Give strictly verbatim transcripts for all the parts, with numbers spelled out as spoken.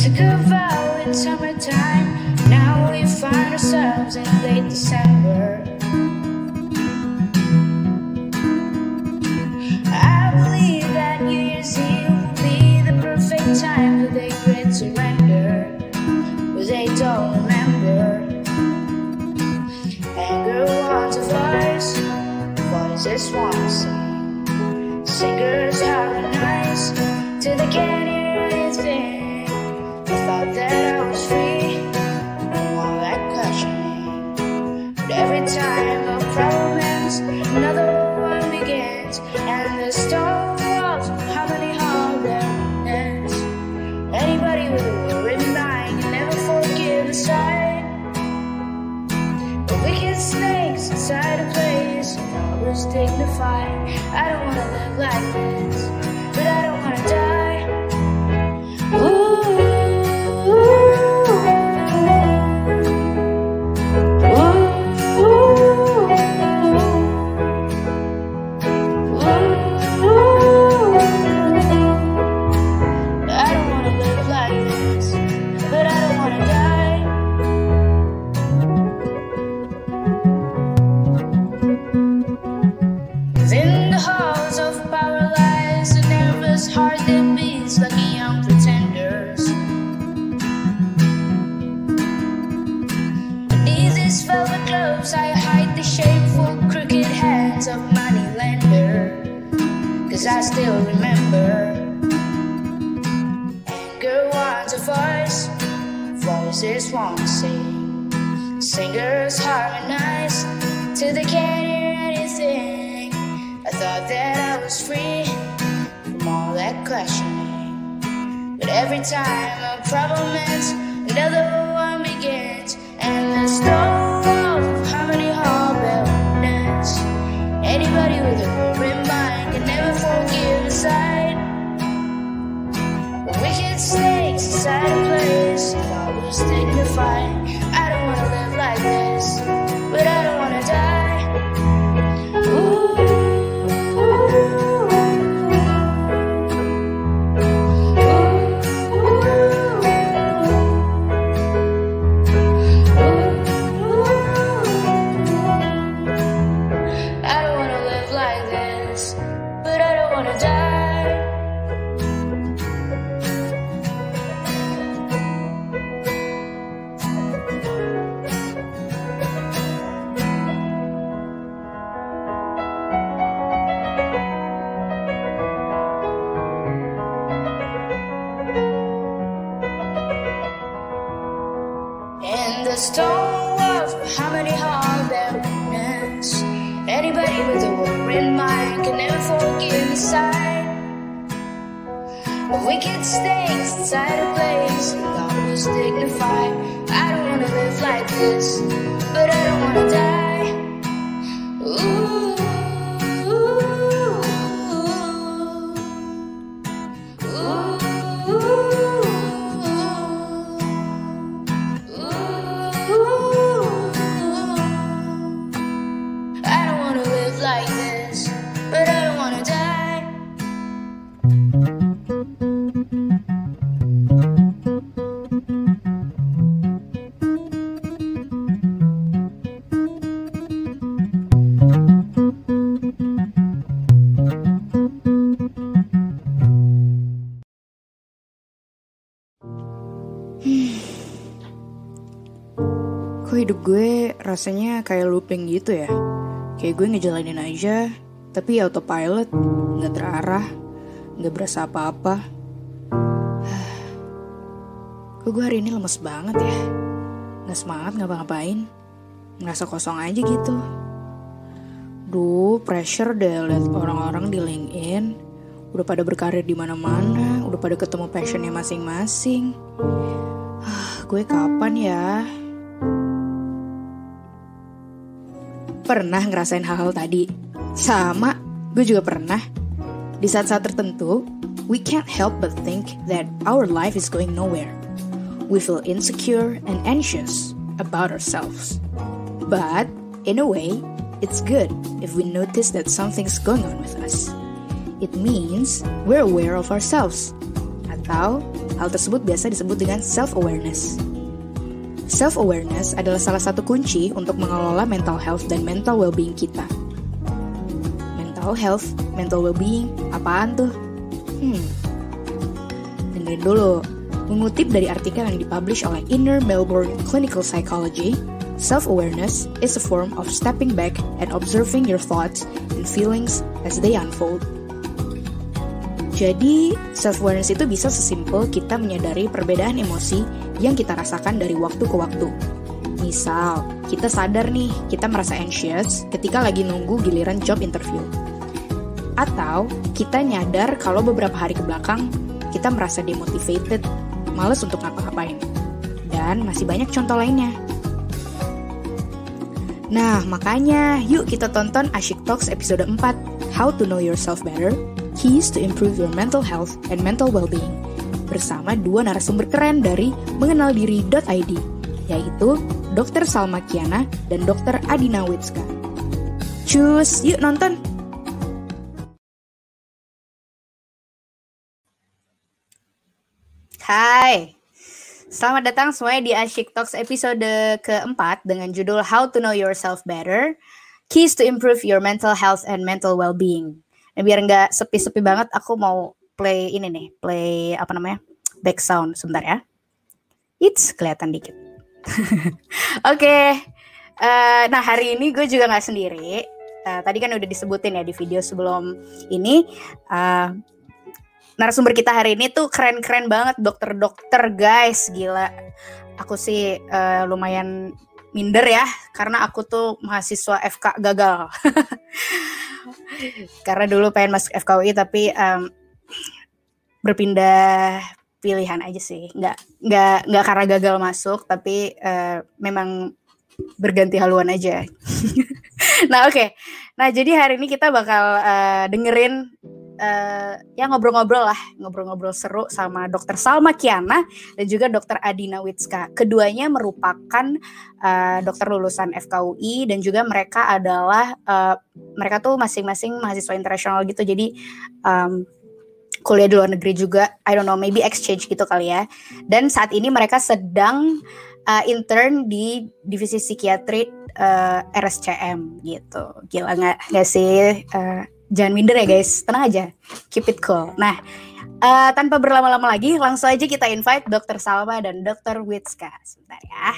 took a vow in summertime. Now we find ourselves in late December. I believe that New Year's Eve will be the perfect time for the great surrender, but they don't remember. Anger wants a voice, voices want to sing. Singers harmonize till they can't hear anything. I thought that I was free from all that questioning, but every time a problem ends, another one begins, and the storm walls of harmony hold their ends. Anybody with a worried mind can never forgive the sight of wicked snakes inside a place always dignified. I don't wanna live like this, but I don't wanna die. Ooh. Heart that beats like a young pretenders. Beneath these velvet gloves I hide the shameful crooked hands of money lender, 'cause I still remember. Anger wants a voice, voices want to sing. Singers harmonize till they can't hear anything. I thought that I was free all that questioning, but every time a problem ends, another one begins, and the storm walls of harmony hall bell dance. Anybody with a worried mind can never forgive a sight of wicked snakes inside a place always dignified. I don't wanna live like this, but I don't wanna die. Ooh. The stone walls of harmony hall their witness. Anybody with a worried mind can never forgive the sight of wicked snakes inside a place always dignified. I don't wanna live like this, but I don't wanna die. Ooh. Kok hidup gue rasanya kayak looping gitu ya? Kayak gue ngejalanin aja, tapi autopilot, gak terarah, gak berasa apa-apa. Kok gue hari ini lemes banget ya? Gak semangat ngapa-ngapain, ngerasa kosong aja gitu. Duh, pressure deh liat orang-orang di LinkedIn, udah pada berkarir di mana-mana, udah pada ketemu passionnya masing-masing. Gue kapan ya? Pernah ngerasain hal-hal tadi? Sama, gue juga pernah. Di saat-saat tertentu, we can't help but think that our life is going nowhere. We feel insecure and anxious about ourselves. But, in a way, it's good if we notice that something's going on with us. It means we're aware of ourselves. Atau Hal tersebut biasa disebut dengan self-awareness. Self-awareness adalah salah satu kunci untuk mengelola mental health dan mental well-being kita. Mental health, mental well-being, apaan tuh? Hmm, dengerin dulu. Mengutip dari artikel yang dipublish oleh Inner Melbourne Clinical Psychology, self-awareness is a form of stepping back and observing your thoughts and feelings as they unfold. Jadi, self-awareness itu bisa sesimpel kita menyadari perbedaan emosi yang kita rasakan dari waktu ke waktu. Misal, kita sadar nih, kita merasa anxious ketika lagi nunggu giliran job interview. Atau, kita nyadar kalau beberapa hari ke belakang, kita merasa demotivated, males untuk ngapa-ngapain. Dan masih banyak contoh lainnya. Nah, makanya yuk kita tonton Asyik Talks episode empat, How to Know Yourself Better, Keys to Improve Your Mental Health and Mental Wellbeing, bersama dua narasumber keren dari mengenaldiri dot i d, yaitu dokter Salma Kiana dan dokter Adina Witska. Cus, yuk nonton! Hai, selamat datang semuanya di Asyik Talks episode keempat dengan judul How to Know Yourself Better, Keys to Improve Your Mental Health and Mental Wellbeing. Nah, biar nggak sepi-sepi banget, aku mau play ini nih, play apa namanya, back sound sebentar ya. It's kelihatan dikit. Oke, okay. uh, nah hari ini gue juga nggak sendiri. Uh, tadi kan udah disebutin ya di video sebelum ini. Uh, narasumber kita hari ini tuh keren-keren banget, dokter-dokter guys, gila. Aku sih uh, lumayan minder ya, karena aku tuh mahasiswa F K gagal. Karena dulu pengen masuk F K U I tapi um, berpindah pilihan aja sih, nggak nggak nggak karena gagal masuk, tapi uh, memang berganti haluan aja. Nah oke, okay. Nah jadi hari ini kita bakal uh, dengerin uh, ya ngobrol-ngobrol lah, ngobrol-ngobrol seru sama dokter Salma Kiana dan juga dokter Adina Witska. Keduanya merupakan uh, dokter lulusan F K U I dan juga mereka adalah uh, mereka tuh masing-masing mahasiswa internasional gitu, jadi um, kuliah di luar negeri juga, I don't know, maybe exchange gitu kali ya. Dan saat ini mereka sedang uh, intern di divisi psikiatri uh, R S C M gitu. Gila nggak nggak sih? Uh, jangan minder ya guys, tenang aja, keep it cool. Nah, uh, tanpa berlama-lama lagi, langsung aja kita invite dokter Salma dan dokter Witska. Sebentar ya.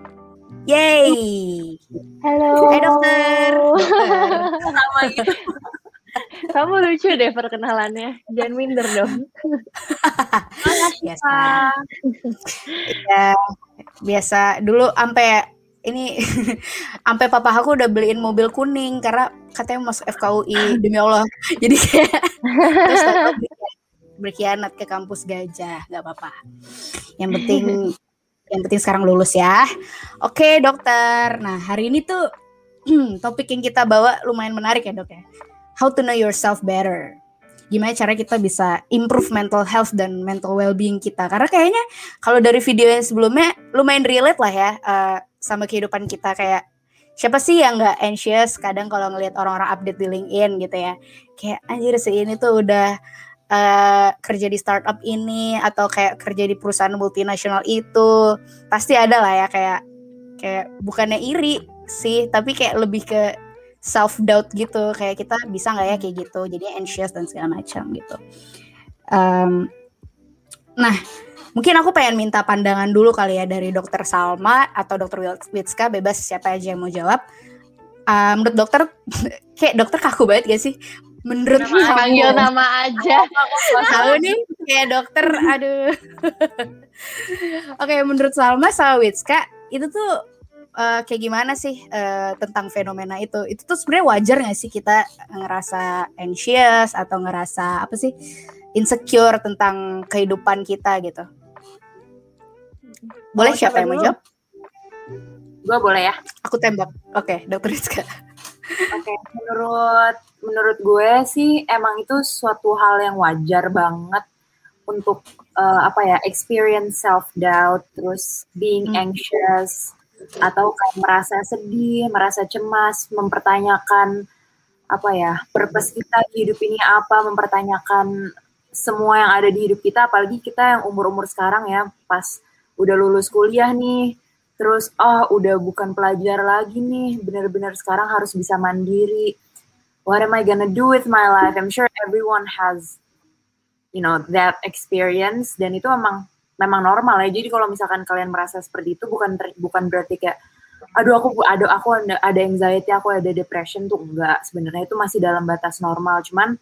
Yay! Halo. Hai dokter. Sama gitu. Kamu lucu deh perkenalannya. Jangan minder dong. Biasa. Ya, biasa dulu sampai ini sampai papa aku udah beliin mobil kuning karena katanya masuk F K U I, demi Allah. Jadi kayak terus berkhianat ke kampus gajah, nggak apa-apa. Yang penting yang penting sekarang lulus ya. Oke, dokter. Nah, hari ini tuh topik yang kita bawa lumayan menarik ya, Dok ya. How to know yourself better. Gimana cara kita bisa improve mental health dan mental well-being kita. Karena kayaknya kalau dari video yang sebelumnya lumayan relate lah ya uh, sama kehidupan kita. Kayak siapa sih yang gak anxious kadang kalau ngelihat orang-orang update di LinkedIn gitu ya. Kayak anjir si ini tuh udah uh, kerja di startup ini atau kayak kerja di perusahaan multinasional itu. Pasti ada lah ya kayak kayak bukannya iri sih, tapi kayak lebih ke self doubt gitu, kayak kita bisa nggak ya kayak gitu, jadi anxious dan segala macam gitu. Um, nah, mungkin aku pengen minta pandangan dulu kali ya dari dokter Salma atau dokter Witska, bebas siapa aja yang mau jawab. Uh, menurut dokter, kayak dokter kaku banget gak sih? Menurut nama, kamu, panggil nama aja. Tahu nih, kayak dokter, aduh. Oke, okay, menurut Salma sama Witska itu tuh Uh, kayak gimana sih uh, tentang fenomena itu? Itu tuh sebenarnya wajar nggak sih kita ngerasa anxious atau ngerasa apa sih insecure tentang kehidupan kita gitu? Boleh oh, siapa yang mau jawab? Gue boleh ya. Aku tembak. Oke, okay, dokter Rizka. Oke, okay, menurut menurut gue sih emang itu suatu hal yang wajar banget untuk uh, apa ya experience self doubt, terus being hmm. anxious. Atau kayak merasa sedih, merasa cemas, mempertanyakan apa ya purpose kita di hidup ini apa, mempertanyakan semua yang ada di hidup kita, apalagi kita yang umur-umur sekarang ya, pas udah lulus kuliah nih, terus oh udah bukan pelajar lagi nih, benar-benar sekarang harus bisa mandiri. What am I gonna do with my life? I'm sure everyone has, you know, that experience, dan itu memang memang normal ya. Jadi kalau misalkan kalian merasa seperti itu, bukan bukan berarti kayak aduh aku aduh aku ada, ada anxiety, aku ada depression, tuh enggak. Sebenarnya itu masih dalam batas normal, cuman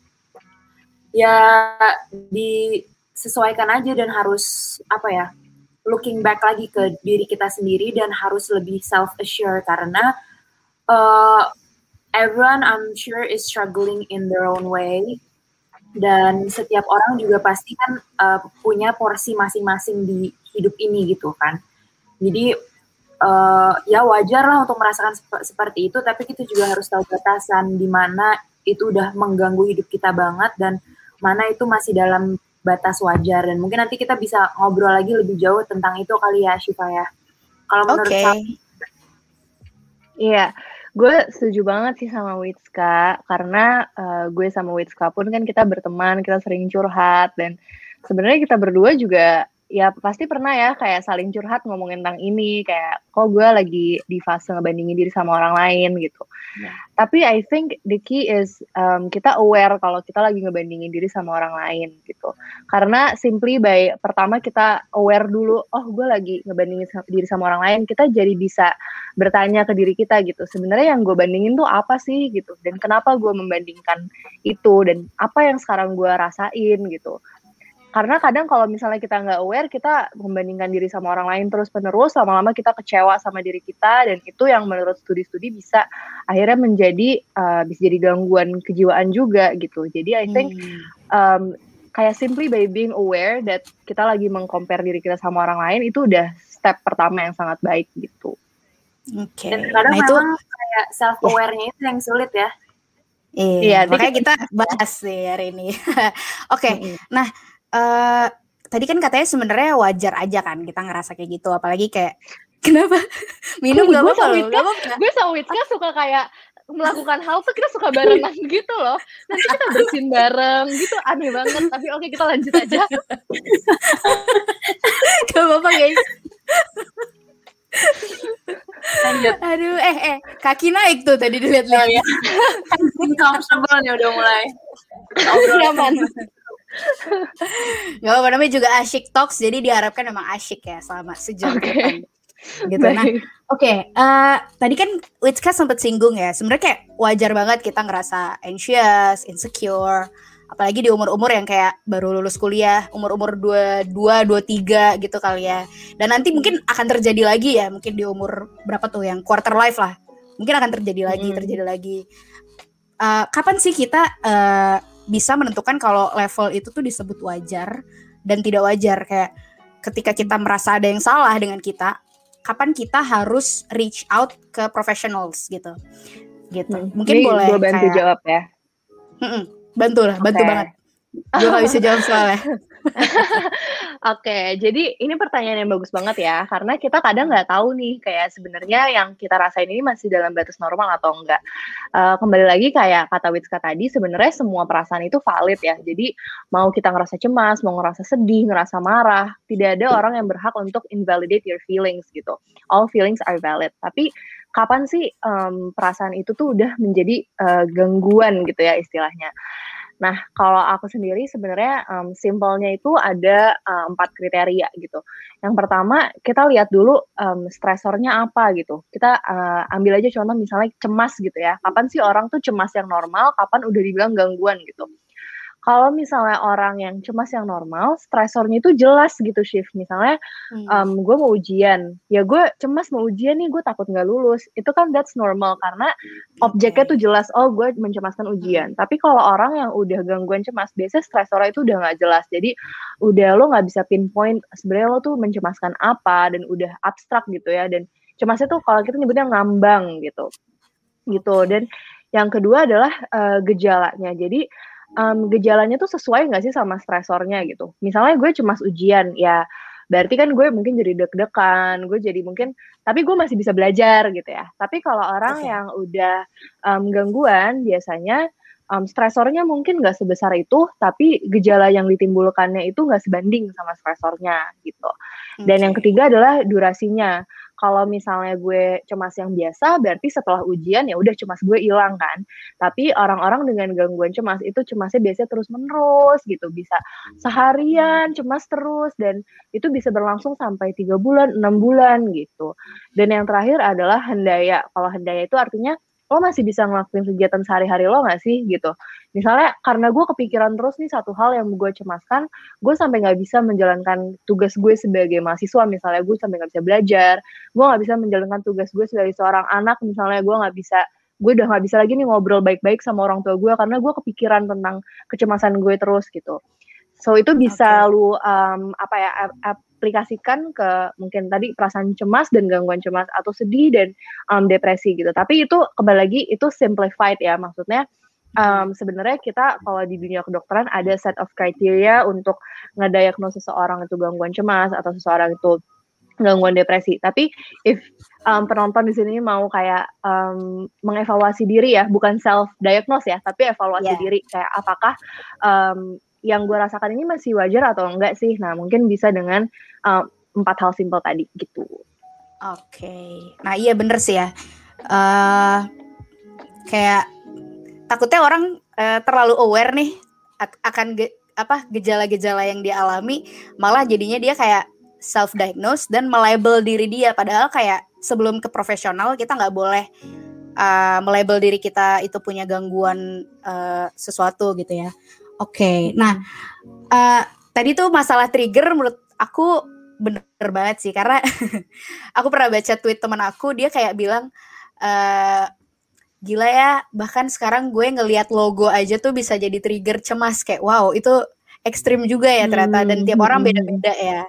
ya disesuaikan aja, dan harus apa ya, looking back lagi ke diri kita sendiri, dan harus lebih self assure, karena uh, everyone I'm sure is struggling in their own way, dan setiap orang juga pasti kan uh, punya porsi masing-masing di hidup ini gitu kan. Jadi uh, ya wajar lah untuk merasakan sep- seperti itu, tapi kita juga harus tahu batasan di mana itu udah mengganggu hidup kita banget, dan mana itu masih dalam batas wajar. Dan mungkin nanti kita bisa ngobrol lagi lebih jauh tentang itu kali ya, Syifa ya. Kalau menurut Oke. kamu? Iya, gue setuju banget sih sama Witska, karena uh, gue sama Witska pun kan kita berteman, kita sering curhat, dan sebenarnya kita berdua juga ya pasti pernah ya kayak saling curhat ngomongin tentang ini, kayak kok gue lagi di fase ngebandingin diri sama orang lain gitu. Yeah. Tapi I think the key is um, kita aware kalau kita lagi ngebandingin diri sama orang lain gitu. Karena simply by pertama kita aware dulu, oh gue lagi ngebandingin diri sama orang lain, kita jadi bisa bertanya ke diri kita gitu, sebenarnya yang gue bandingin tuh apa sih gitu, dan kenapa gue membandingkan itu, dan apa yang sekarang gue rasain gitu. Karena kadang kalau misalnya kita nggak aware, kita membandingkan diri sama orang lain terus-menerus, lama-lama kita kecewa sama diri kita, dan itu yang menurut studi-studi bisa akhirnya menjadi uh, bisa jadi gangguan kejiwaan juga gitu. Jadi I think hmm. um, kayak simply by being aware that kita lagi meng-compare diri kita sama orang lain, itu udah step pertama yang sangat baik gitu. Oke. Okay. Dan kadang nah, memang itu kayak self-aware-nya yeah. itu yang sulit ya. Iya, iya makanya kita bahas nih hari ini. Oke, okay. mm-hmm. nah Uh, tadi kan katanya sebenarnya wajar aja kan kita ngerasa kayak gitu, apalagi kayak kenapa minum gak apa-apa loh, gak apa-apa. Gue sama Witska suka kayak melakukan hal tuh kita suka barengan gitu loh, nanti kita bersihin bareng gitu, aneh banget. Tapi oke, kita lanjut aja. Gak apa-apa guys. Lanjut. Aduh, eh eh kaki naik tuh tadi dilihat-lihat. Oh, ya. Uncomfortable nih udah mulai. Nyaman. Gak apa-apa, namanya juga Asyik Talks, jadi diharapkan memang asyik ya selama sejam ke depan. Gitu. Nah, oke, okay, uh, tadi kan Witska sempat singgung ya, sebenarnya kayak wajar banget kita ngerasa anxious, insecure, apalagi di umur-umur yang kayak baru lulus kuliah, umur-umur dua puluh dua, dua puluh tiga gitu kali ya. Dan nanti mungkin akan terjadi lagi ya, mungkin di umur berapa tuh yang quarter life lah, mungkin akan terjadi lagi, hmm. terjadi lagi. Uh, kapan sih kita uh, bisa menentukan kalau level itu tuh disebut wajar dan tidak wajar? Kayak ketika kita merasa ada yang salah dengan kita, kapan kita harus reach out ke professionals gitu, gitu. Hmm, mungkin boleh gue bantu kayak, jawab ya. Bantu lah, bantu okay. banget. Gue gak bisa jawab soalnya. Oke, okay, jadi ini pertanyaan yang bagus banget ya, karena kita kadang nggak tahu nih kayak sebenarnya yang kita rasain ini masih dalam batas normal atau enggak. Uh, kembali lagi kayak kata Witska tadi, sebenarnya semua perasaan itu valid ya. Jadi mau kita ngerasa cemas, mau ngerasa sedih, ngerasa marah, tidak ada orang yang berhak untuk invalidate your feelings gitu. All feelings are valid. Tapi kapan sih um, perasaan itu tuh udah menjadi uh, gangguan gitu ya istilahnya. Nah, kalau aku sendiri sebenarnya um, simpelnya itu ada um, empat kriteria gitu. Yang pertama, kita lihat dulu um, stresornya apa gitu. Kita uh, ambil aja contoh misalnya cemas gitu ya. Kapan sih orang tuh cemas yang normal, kapan udah dibilang gangguan gitu. Kalau misalnya orang yang cemas yang normal, stresornya itu jelas gitu, Shift. Misalnya, hmm. um, gue mau ujian, ya gue cemas mau ujian nih, gue takut nggak lulus. Itu kan that's normal, karena objeknya tuh jelas, oh gue mencemaskan ujian. Hmm. Tapi kalau orang yang udah gangguan cemas, biasanya stresornya itu udah nggak jelas. Jadi, udah lo nggak bisa pinpoint, sebenarnya lo tuh mencemaskan apa, dan udah abstrak gitu ya. Dan cemasnya tuh kalau kita nyebutnya ngambang gitu. Gitu. Dan yang kedua adalah uh, gejalanya. Jadi, Um, gejalanya tuh sesuai nggak sih sama stresornya gitu. Misalnya gue cemas ujian, ya berarti kan gue mungkin jadi deg-degan, gue jadi mungkin, tapi gue masih bisa belajar gitu ya. Tapi kalau orang okay. yang udah um, gangguan, biasanya um, stresornya mungkin nggak sebesar itu, tapi gejala yang ditimbulkannya itu nggak sebanding sama stresornya gitu. Dan Oke. yang ketiga adalah durasinya. Kalau misalnya gue cemas yang biasa, berarti setelah ujian ya udah cemas gue hilang kan. Tapi orang-orang dengan gangguan cemas itu cemasnya biasanya terus-menerus gitu, bisa seharian cemas terus dan itu bisa berlangsung sampai tiga bulan, enam bulan gitu. Dan yang terakhir adalah hendaya. Kalau hendaya itu artinya lo masih bisa ngelakuin kegiatan sehari-hari lo nggak sih gitu. Misalnya karena gue kepikiran terus nih satu hal yang gue cemaskan, gue sampai nggak bisa menjalankan tugas gue sebagai mahasiswa, misalnya gue sampai nggak bisa belajar, gue nggak bisa menjalankan tugas gue sebagai seorang anak, misalnya gue nggak bisa, gue udah nggak bisa lagi nih ngobrol baik-baik sama orang tua gue karena gue kepikiran tentang kecemasan gue terus gitu. So itu bisa Oke. lu um, apa ya aplikasikan ke mungkin tadi perasaan cemas dan gangguan cemas atau sedih dan um, depresi gitu. Tapi itu kembali lagi itu simplified ya, maksudnya um, sebenarnya kita kalau di dunia kedokteran ada set of criteria untuk ngediagnosis seseorang itu gangguan cemas atau seseorang itu gangguan depresi. Tapi if um, penonton di sini mau kayak um, mengevaluasi diri ya, bukan self diagnose ya, tapi evaluasi Yeah. diri kayak apakah um, yang gue rasakan ini masih wajar atau enggak sih. Nah mungkin bisa dengan um, empat hal simpel tadi gitu. Oke. Nah iya bener sih ya. Uh, kayak takutnya orang uh, terlalu aware nih ak- akan ge- apa gejala-gejala yang dia alami, malah jadinya dia kayak self diagnose dan melabel diri dia, padahal kayak sebelum ke profesional kita nggak boleh uh, melabel diri kita itu punya gangguan uh, sesuatu gitu ya. Oke, okay. Nah uh, tadi tuh masalah trigger menurut aku bener banget sih, karena aku pernah baca tweet teman aku, dia kayak bilang uh, gila ya, bahkan sekarang gue ngelihat logo aja tuh bisa jadi trigger cemas, kayak wow itu ekstrim juga ya ternyata, dan tiap orang beda-beda ya.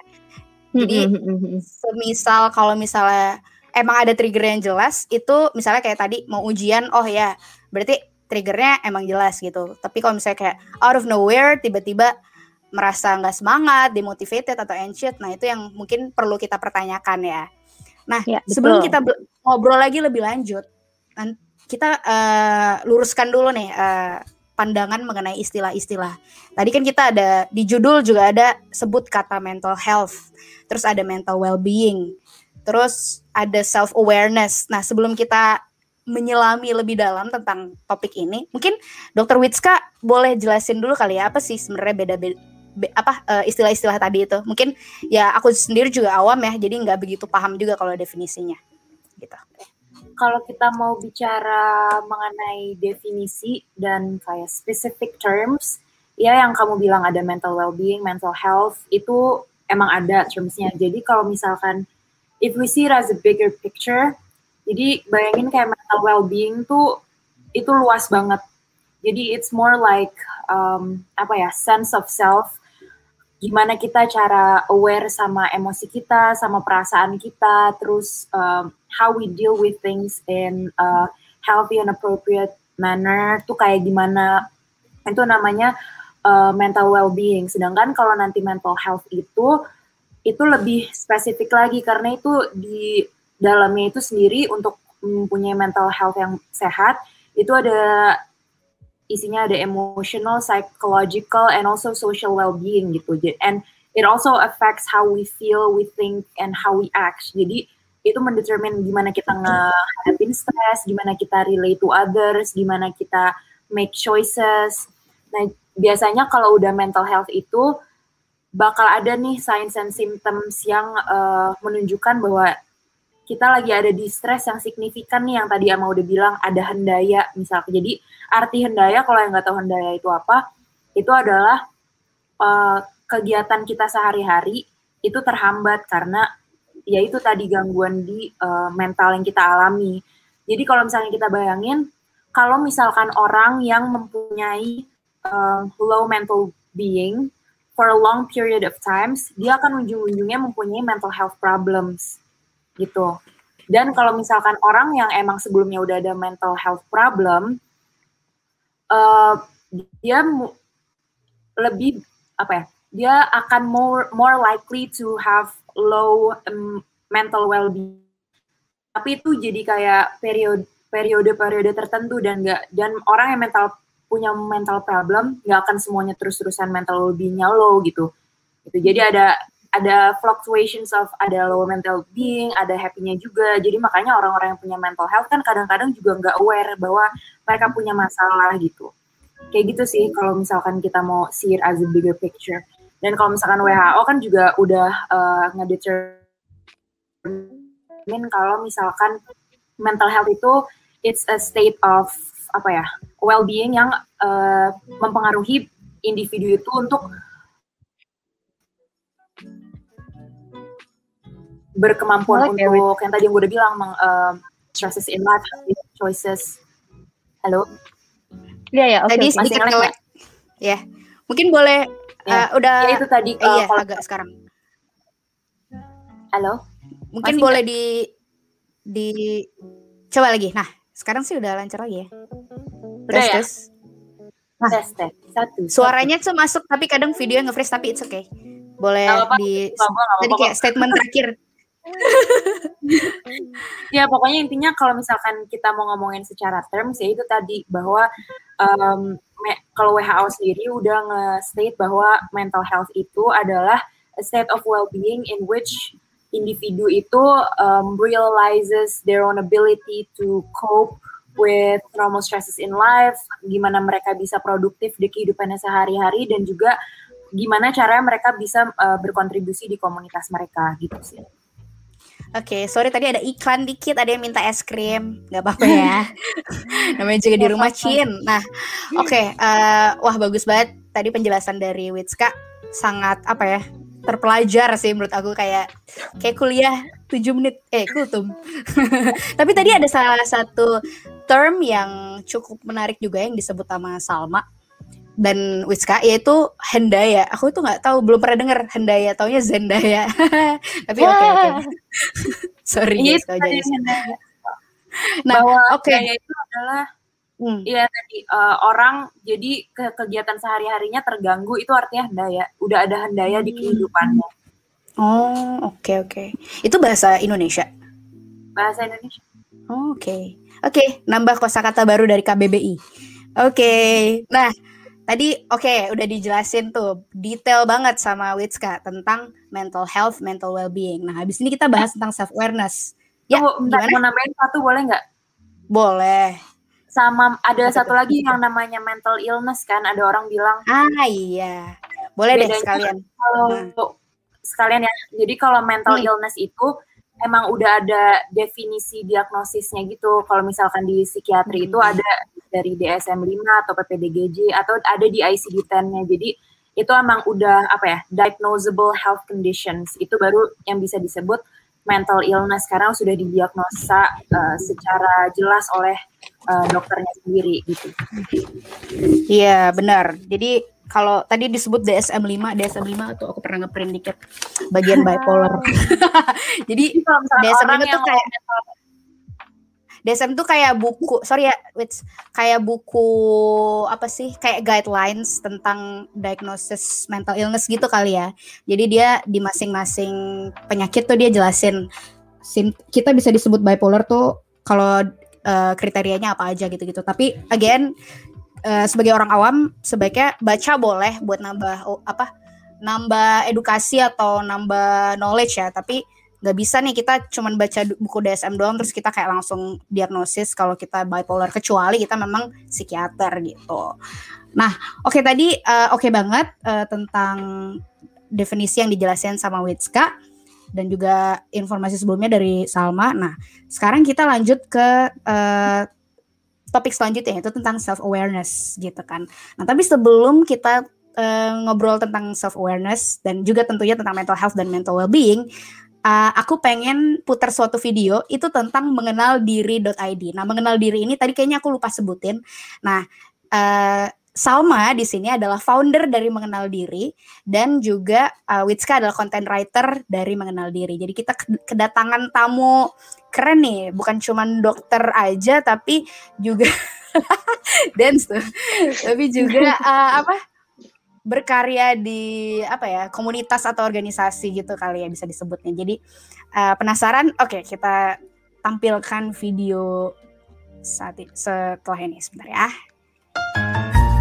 Jadi semisal kalau misalnya emang ada trigger yang jelas, itu misalnya kayak tadi mau ujian, oh ya berarti triggernya emang jelas gitu. Tapi kalau misalnya kayak out of nowhere tiba-tiba merasa nggak semangat, demotivated atau anxious, nah itu yang mungkin perlu kita pertanyakan ya. Nah ya, sebelum kita be- ngobrol lagi lebih lanjut, kita uh, luruskan dulu nih uh, pandangan mengenai istilah-istilah. Tadi kan kita ada di judul juga ada sebut kata mental health, terus ada mental well-being, terus ada self-awareness. Nah sebelum kita menyelami lebih dalam tentang topik ini, mungkin Dokter Witska boleh jelasin dulu kali ya, apa sih sebenarnya beda-beda be, apa uh, istilah-istilah tadi itu. Mungkin ya aku sendiri juga awam ya, jadi nggak begitu paham juga kalau definisinya gitu. Kalau kita mau bicara mengenai definisi dan kayak specific terms, ya yang kamu bilang ada mental well-being, mental health, itu emang ada termsnya. Jadi kalau misalkan if we see it as a bigger picture, jadi bayangin kayak mental well-being tuh itu luas banget. Jadi it's more like um, apa ya, sense of self. Gimana kita cara aware sama emosi kita, sama perasaan kita, terus um, how we deal with things in a healthy and appropriate manner, tuh kayak gimana, itu namanya uh, mental well-being. Sedangkan kalau nanti mental health itu, itu lebih spesifik lagi, karena itu di dalamnya itu sendiri untuk mempunyai mental health yang sehat, itu ada isinya ada emotional, psychological, and also social well-being gitu. And it also affects how we feel, we think, and how we act. Jadi itu mendetermine gimana kita ngehadapin stres, gimana kita relate to others, gimana kita make choices. Nah biasanya kalau udah mental health itu bakal ada nih signs and symptoms yang uh, menunjukkan bahwa kita lagi ada di stres yang signifikan nih, yang tadi Ama udah bilang ada hendaya misalnya. Jadi arti hendaya, kalau yang nggak tahu hendaya itu apa, itu adalah uh, kegiatan kita sehari-hari itu terhambat karena ya itu tadi gangguan di uh, mental yang kita alami. Jadi kalau misalnya kita bayangin, kalau misalkan orang yang mempunyai uh, low mental being for a long period of times, dia akan ujung-ujungnya mempunyai mental health problems gitu. Dan kalau misalkan orang yang emang sebelumnya udah ada mental health problem, uh, dia mu- lebih apa ya? Dia akan more more likely to have low um, mental well-being. Tapi itu jadi kayak periode periode-periode tertentu dan enggak, dan orang yang mental punya mental problem, nggak akan semuanya terus-terusan mental well-being-nya low gitu. Gitu. Jadi ada ada fluctuations of ada low mental being, ada happy-nya juga. Jadi makanya orang-orang yang punya mental health kan kadang-kadang juga nggak aware bahwa mereka punya masalah gitu. Kayak gitu sih kalau misalkan kita mau see it as a bigger picture. Dan kalau misalkan W H O kan juga udah uh, ngedetermine kalau misalkan mental health itu it's a state of apa ya well-being yang uh, mempengaruhi individu itu untuk berkemampuan okay, untuk yang tadi yang gue udah bilang meng, uh, choices in life, choices. Halo. Iya ya. Okay, tadi okay. sedikit ngelek. Ya, yeah. Mungkin boleh ya. uh, udah. Ya itu tadi. Uh, iya kalau... agak sekarang. Halo. Mungkin masih boleh gak? di di coba lagi. Nah sekarang sih udah lancar lagi ya. Udah tes, ya. Tes. Nah, tes tes satu. Suaranya tuh masuk tapi kadang videonya nge-freeze tapi it's okay. Boleh apa, di apa, apa, tadi kayak statement terakhir. Ya pokoknya intinya kalau misalkan kita mau ngomongin secara terms ya itu tadi bahwa um, me- kalau W H O sendiri udah nge-state bahwa mental health itu adalah a state of well-being in which individu itu um, realizes their own ability to cope with normal stresses in life, gimana mereka bisa produktif di kehidupannya sehari-hari dan juga gimana caranya mereka bisa uh, berkontribusi di komunitas mereka gitu sih. Oke, okay, sorry tadi ada iklan dikit, ada yang minta es krim, nggak apa-apa ya. Namanya juga di rumah Chin. Nah, oke, okay, uh, wah bagus banget tadi penjelasan dari Witska, sangat apa ya, terpelajar sih menurut aku kayak kayak kuliah tujuh menit, eh kultum. Tapi tadi ada salah satu term yang cukup menarik juga yang disebut sama Salma dan Witska, yaitu hendaya. Aku tuh nggak tahu, belum pernah dengar hendaya, taunya Zendaya. Tapi oke okay, oke. Okay. Sorry guys kalau jadi. Nah, oke. Okay. Itu adalah hmm. ya tadi uh, orang jadi ke kegiatan sehari-harinya terganggu, itu artinya hendaya. Udah ada hendaya hmm. di kehidupannya. Oh, oke okay, oke. Okay. Itu bahasa Indonesia. Bahasa Indonesia. Oh, oke. Okay. Oke, okay, nambah kosakata baru dari K B B I. Oke. Okay. Nah, tadi oke okay, udah dijelasin tuh detail banget sama Witska tentang mental health, mental well-being. Nah habis ini kita bahas tentang self awareness. Ya, oh, bentar, mau nambahin satu boleh nggak? Boleh. Sama ada Apa satu itu? Lagi yang namanya mental illness kan, ada orang bilang. Ah iya, boleh deh sekalian. Kalau hmm. sekalian ya. Jadi kalau mental hmm. illness itu emang udah ada definisi diagnosisnya gitu. Kalau misalkan di psikiatri hmm. itu ada dari D S M lima atau P P D G J atau ada di I C D sepuluh-nya. Jadi itu emang udah apa ya, diagnosable health conditions. Itu baru yang bisa disebut mental illness karena sudah didiagnosa uh, secara jelas oleh uh, dokternya sendiri gitu. Iya, benar. Jadi kalau tadi disebut D S M lima, D S M lima tuh aku pernah ngeprint dikit bagian bipolar. Jadi D S M lima tuh kayak D S M tuh kayak buku, sorry ya, Wits, kayak buku apa sih, kayak guidelines tentang diagnosis mental illness gitu kali ya. Jadi dia di masing-masing penyakit tuh dia jelasin, sim- kita bisa disebut bipolar tuh kalau uh, kriterianya apa aja gitu-gitu. Tapi again, uh, sebagai orang awam sebaiknya baca boleh buat nambah oh, apa, nambah edukasi atau nambah knowledge ya. Tapi nggak bisa nih kita cuman baca buku D S M doang terus kita kayak langsung diagnosis kalau kita bipolar, kecuali kita memang psikiater gitu. Nah, oke okay, tadi uh, oke okay banget uh, tentang definisi yang dijelasin sama Witska dan juga informasi sebelumnya dari Salma. Nah, sekarang kita lanjut ke uh, topik selanjutnya, yaitu tentang self awareness gitu kan. Nah, tapi sebelum kita uh, ngobrol tentang self awareness dan juga tentunya tentang mental health dan mental well-being, Uh, aku pengen putar suatu video itu tentang mengenal diri dot I D. Nah, mengenal diri ini tadi kayaknya aku lupa sebutin. Nah, uh, Salma di sini adalah founder dari Mengenal Diri dan juga uh, Witska adalah content writer dari Mengenal Diri. Jadi kita kedatangan tamu keren nih, bukan cuma dokter aja tapi juga dance tuh. Tapi juga uh, apa? berkarya di apa ya, komunitas atau organisasi gitu kali ya bisa disebutnya. Jadi uh, penasaran? Oke, okay, kita tampilkan video saat ini, setelah ini sebentar ya.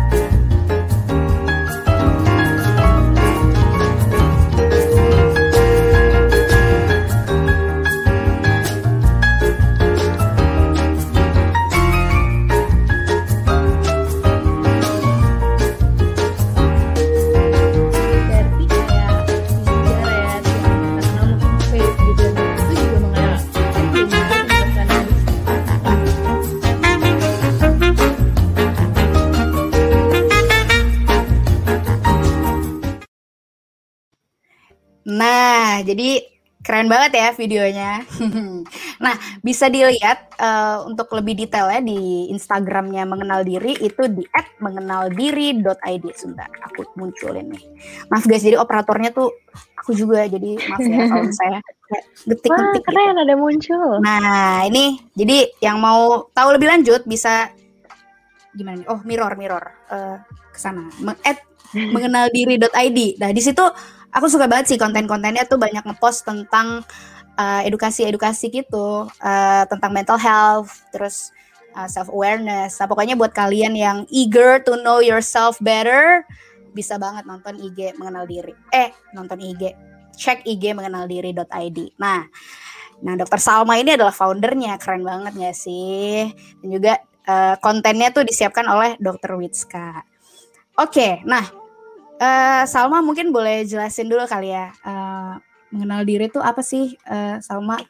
Nah, jadi keren banget ya videonya. Nah, bisa dilihat uh, untuk lebih detailnya di Instagramnya Mengenal Diri itu di et mengenaldiri dot i d. Sebentar, aku munculin nih. Maaf guys, jadi operatornya tuh aku juga, jadi maaf ya kalau saya ngetik-ngetik. Wah, keren gitu. Ada muncul. Nah, ini jadi yang mau tahu lebih lanjut bisa gimana nih? Oh, mirror, mirror uh, ke sana. et mengenaldiri dot i d. Nah, di situ aku suka banget sih konten-kontennya tuh banyak ngepost tentang uh, edukasi-edukasi gitu, uh, tentang mental health, terus uh, self-awareness. Nah, pokoknya buat kalian yang eager to know yourself better, bisa banget nonton I G Mengenal Diri. Eh, nonton I G. Cek I G mengenaldiri dot i d. Nah, nah Dokter Salma ini adalah foundernya, keren banget gak sih? Dan juga uh, kontennya tuh disiapkan oleh Dokter Witska. Oke, okay, nah Uh, Salma mungkin boleh jelasin dulu kali ya, uh, mengenal diri itu apa sih, uh, Salma?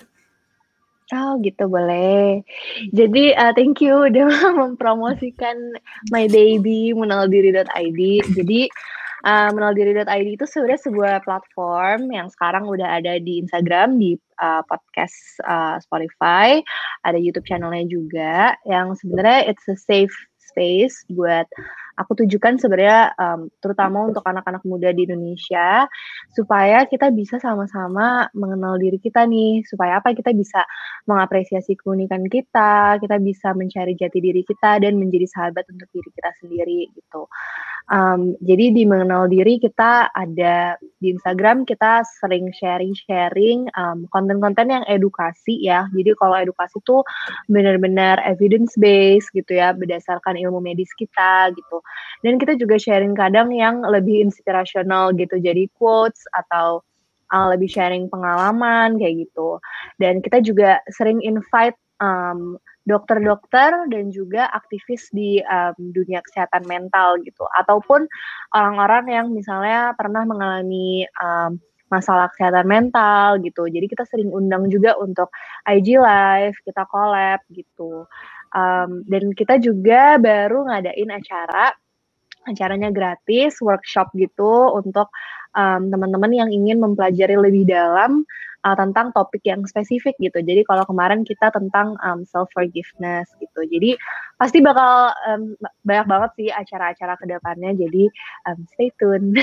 Oh gitu, boleh. Jadi uh, thank you udah mempromosikan my baby mengenaldiri dot i d. Jadi uh, mengenaldiri dot i d itu sebenarnya sebuah platform yang sekarang udah ada di Instagram, di uh, podcast uh, Spotify, ada YouTube channelnya juga, yang sebenarnya it's a safe space buat aku tujukan sebenarnya um, terutama untuk anak-anak muda di Indonesia, supaya kita bisa sama-sama mengenal diri kita nih, supaya apa, kita bisa mengapresiasi keunikan kita, kita bisa mencari jati diri kita dan menjadi sahabat untuk diri kita sendiri gitu. Um, jadi di mengenal diri kita ada di Instagram, kita sering sharing-sharing um, konten-konten yang edukasi ya. Jadi kalau edukasi tuh benar-benar evidence based gitu ya, berdasarkan ilmu medis kita gitu. Dan kita juga sharing kadang yang lebih inspirational gitu, jadi quotes atau uh, lebih sharing pengalaman kayak gitu. Dan kita juga sering invite um, dokter-dokter dan juga aktivis di um, dunia kesehatan mental gitu, ataupun orang-orang yang misalnya pernah mengalami um, masalah kesehatan mental gitu. Jadi kita sering undang juga untuk I G Live, kita collab gitu. Um, dan kita juga baru ngadain acara, acaranya gratis, workshop gitu untuk um, teman-teman yang ingin mempelajari lebih dalam uh, tentang topik yang spesifik gitu. Jadi kalau kemarin kita tentang um, self forgiveness gitu. Jadi pasti bakal um, banyak banget sih acara-acara kedepannya. Jadi um, stay tune.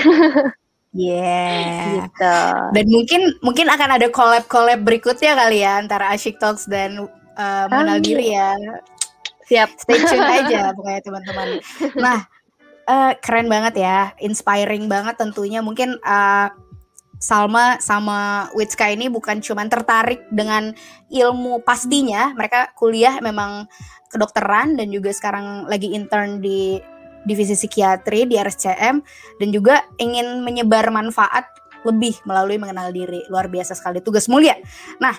Yeah. Gitu. Dan mungkin mungkin akan ada collab-collab berikutnya kali ya antara Asyik Talks dan uh, Mengenal Diri ya. Siap. Stay tune aja pokoknya teman-teman. Nah, uh, keren banget ya, inspiring banget tentunya. Mungkin uh, Salma sama Witska ini bukan cuma tertarik dengan ilmu pastinya, mereka kuliah memang kedokteran dan juga sekarang lagi intern di divisi psikiatri di R S C M, dan juga ingin menyebar manfaat lebih melalui mengenal diri. Luar biasa sekali, tugas mulia. Nah,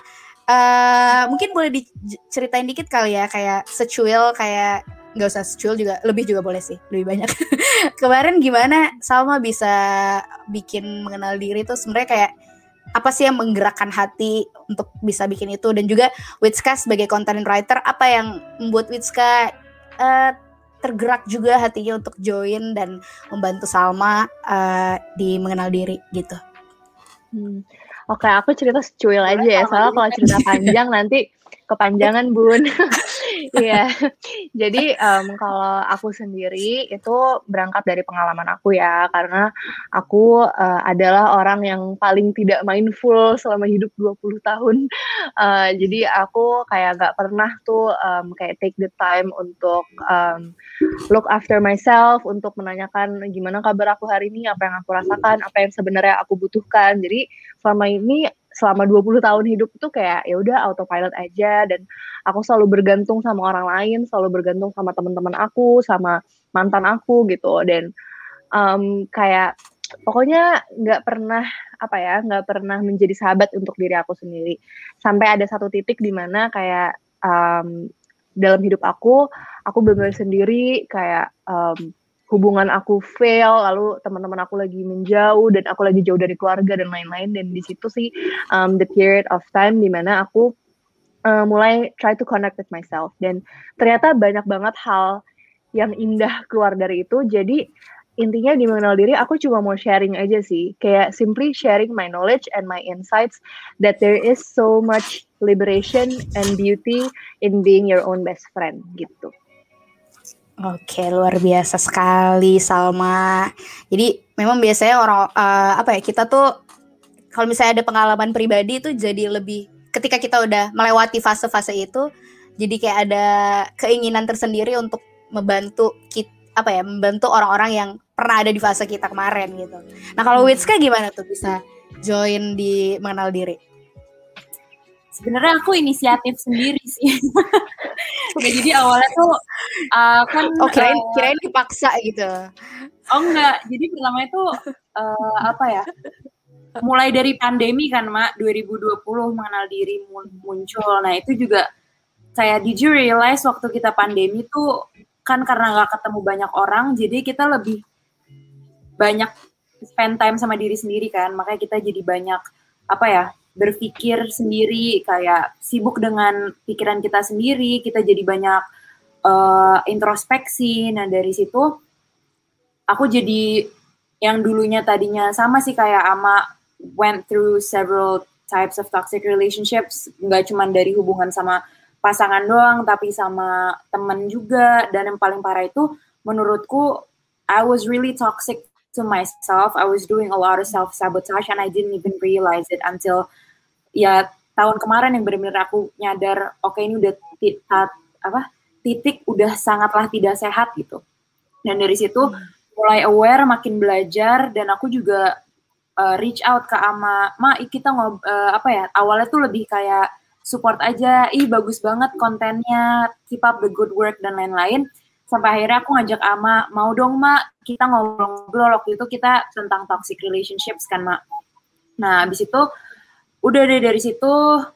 uh, mungkin boleh diceritain dikit kali ya, kayak secuil, kayak nggak usah secuil juga, lebih juga boleh sih, lebih banyak. Kemarin gimana Salma bisa bikin mengenal diri tuh sebenarnya kayak apa sih yang menggerakkan hati untuk bisa bikin itu, dan juga Witska sebagai content writer, apa yang membuat Witska uh, tergerak juga hatinya untuk join dan membantu Salma uh, di mengenal diri gitu. Hmm. Oke, aku cerita secuil aja ya, soalnya kalau cerita panjang nanti kepanjangan Bun. Iya, jadi um, kalau aku sendiri itu berangkat dari pengalaman aku ya, karena aku uh, adalah orang yang paling tidak mindful selama hidup dua puluh tahun. Uh, jadi aku kayak gak pernah tuh um, kayak take the time untuk um, look after myself, untuk menanyakan gimana kabar aku hari ini, apa yang aku rasakan, apa yang sebenarnya aku butuhkan. Jadi selama ini, selama dua puluh tahun hidup itu kayak ya udah autopilot aja, dan aku selalu bergantung sama orang lain, selalu bergantung sama teman-teman aku, sama mantan aku gitu. Dan um, kayak pokoknya nggak pernah apa ya, nggak pernah menjadi sahabat untuk diri aku sendiri. Sampai ada satu titik di mana kayak um, dalam hidup aku, aku benar-benar sendiri, kayak um, hubungan aku fail, lalu teman-teman aku lagi menjauh, dan aku lagi jauh dari keluarga dan lain-lain. Dan di situ sih um, the period of time di mana aku uh, mulai try to connect with myself, dan ternyata banyak banget hal yang indah keluar dari itu. Jadi intinya di mengenal diri aku cuma mau sharing aja sih, kayak simply sharing my knowledge and my insights that there is so much liberation and beauty in being your own best friend gitu. Oke, luar biasa sekali Salma. Jadi memang biasanya orang uh, apa ya, kita tuh kalau misalnya ada pengalaman pribadi itu jadi lebih, ketika kita udah melewati fase-fase itu, jadi kayak ada keinginan tersendiri untuk membantu kita, apa ya, membantu orang-orang yang pernah ada di fase kita kemarin gitu. Nah kalau Witska gimana tuh bisa join di mengenal diri? Sebenarnya aku inisiatif sendiri sih. Nah, jadi awalnya tuh uh, kan oh kirain, uh, kirain dipaksa gitu. Oh enggak, jadi pertama itu uh, apa ya, mulai dari pandemi kan Mak, dua ribu dua puluh mengenal diri muncul. Nah itu juga kayak, did you realize waktu kita pandemi tuh kan karena gak ketemu banyak orang, jadi kita lebih banyak spend time sama diri sendiri kan, makanya kita jadi banyak apa ya, berpikir sendiri, kayak sibuk dengan pikiran kita sendiri, kita jadi banyak uh, introspeksi. Nah dari situ aku jadi yang dulunya tadinya sama sih kayak Ama, went through several types of toxic relationships, nggak cuma dari hubungan sama pasangan doang, tapi sama temen juga. Dan yang paling parah itu menurutku, I was really toxic to myself. I was doing a lot of self-sabotage and I didn't even realize it until ya tahun kemarin yang benar-benar aku nyadar, oke okay, ini udah titik, apa, titik udah sangatlah tidak sehat gitu. Dan dari situ hmm. mulai aware, makin belajar, dan aku juga uh, reach out ke Ama, Ma, kita ngob, uh, apa ya, awalnya tuh lebih kayak support aja, ih bagus banget kontennya, keep up the good work dan lain-lain. Sampai akhirnya aku ngajak Ama, mau dong Ma, kita ngobrol-ngobrol. Waktu itu kita tentang toxic relationships kan Ma. Nah abis itu udah deh dari situ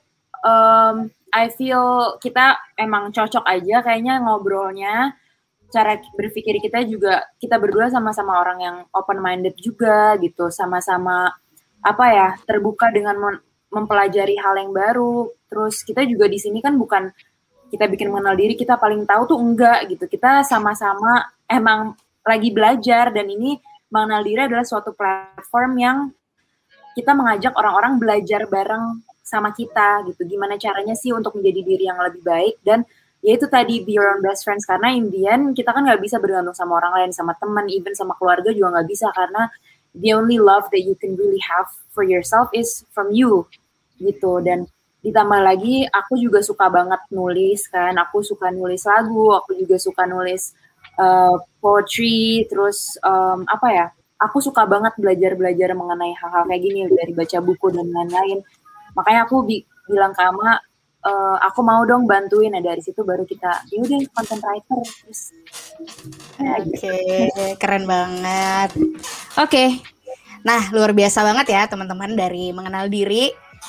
um, I feel kita emang cocok aja kayaknya ngobrolnya. Cara berpikir kita juga, kita berdua sama-sama orang yang open minded juga gitu, sama-sama apa ya, terbuka dengan mempelajari hal yang baru. Terus kita juga di sini kan bukan kita bikin mengenal diri, kita paling tahu tuh enggak gitu. Kita sama-sama emang lagi belajar, dan ini mengenal diri adalah suatu platform yang kita mengajak orang-orang belajar bareng sama kita gitu. Gimana caranya sih untuk menjadi diri yang lebih baik, dan ya itu tadi, be your own best friends. Karena in the end kita kan nggak bisa bergantung sama orang lain, sama teman, even sama keluarga juga nggak bisa, karena the only love that you can really have for yourself is from you gitu. Dan ditambah lagi aku juga suka banget nulis kan, aku suka nulis lagu, aku juga suka nulis uh, poetry, terus um, apa ya, aku suka banget belajar-belajar mengenai hal-hal kayak gini, dari baca buku dan lain-lain. Makanya aku bi- bilang ke Ama, uh, aku mau dong bantuin. Nah dari situ baru kita, yaudah content writer terus. Oke, okay, keren banget. Oke, okay. Nah luar biasa banget ya teman-teman dari mengenal diri.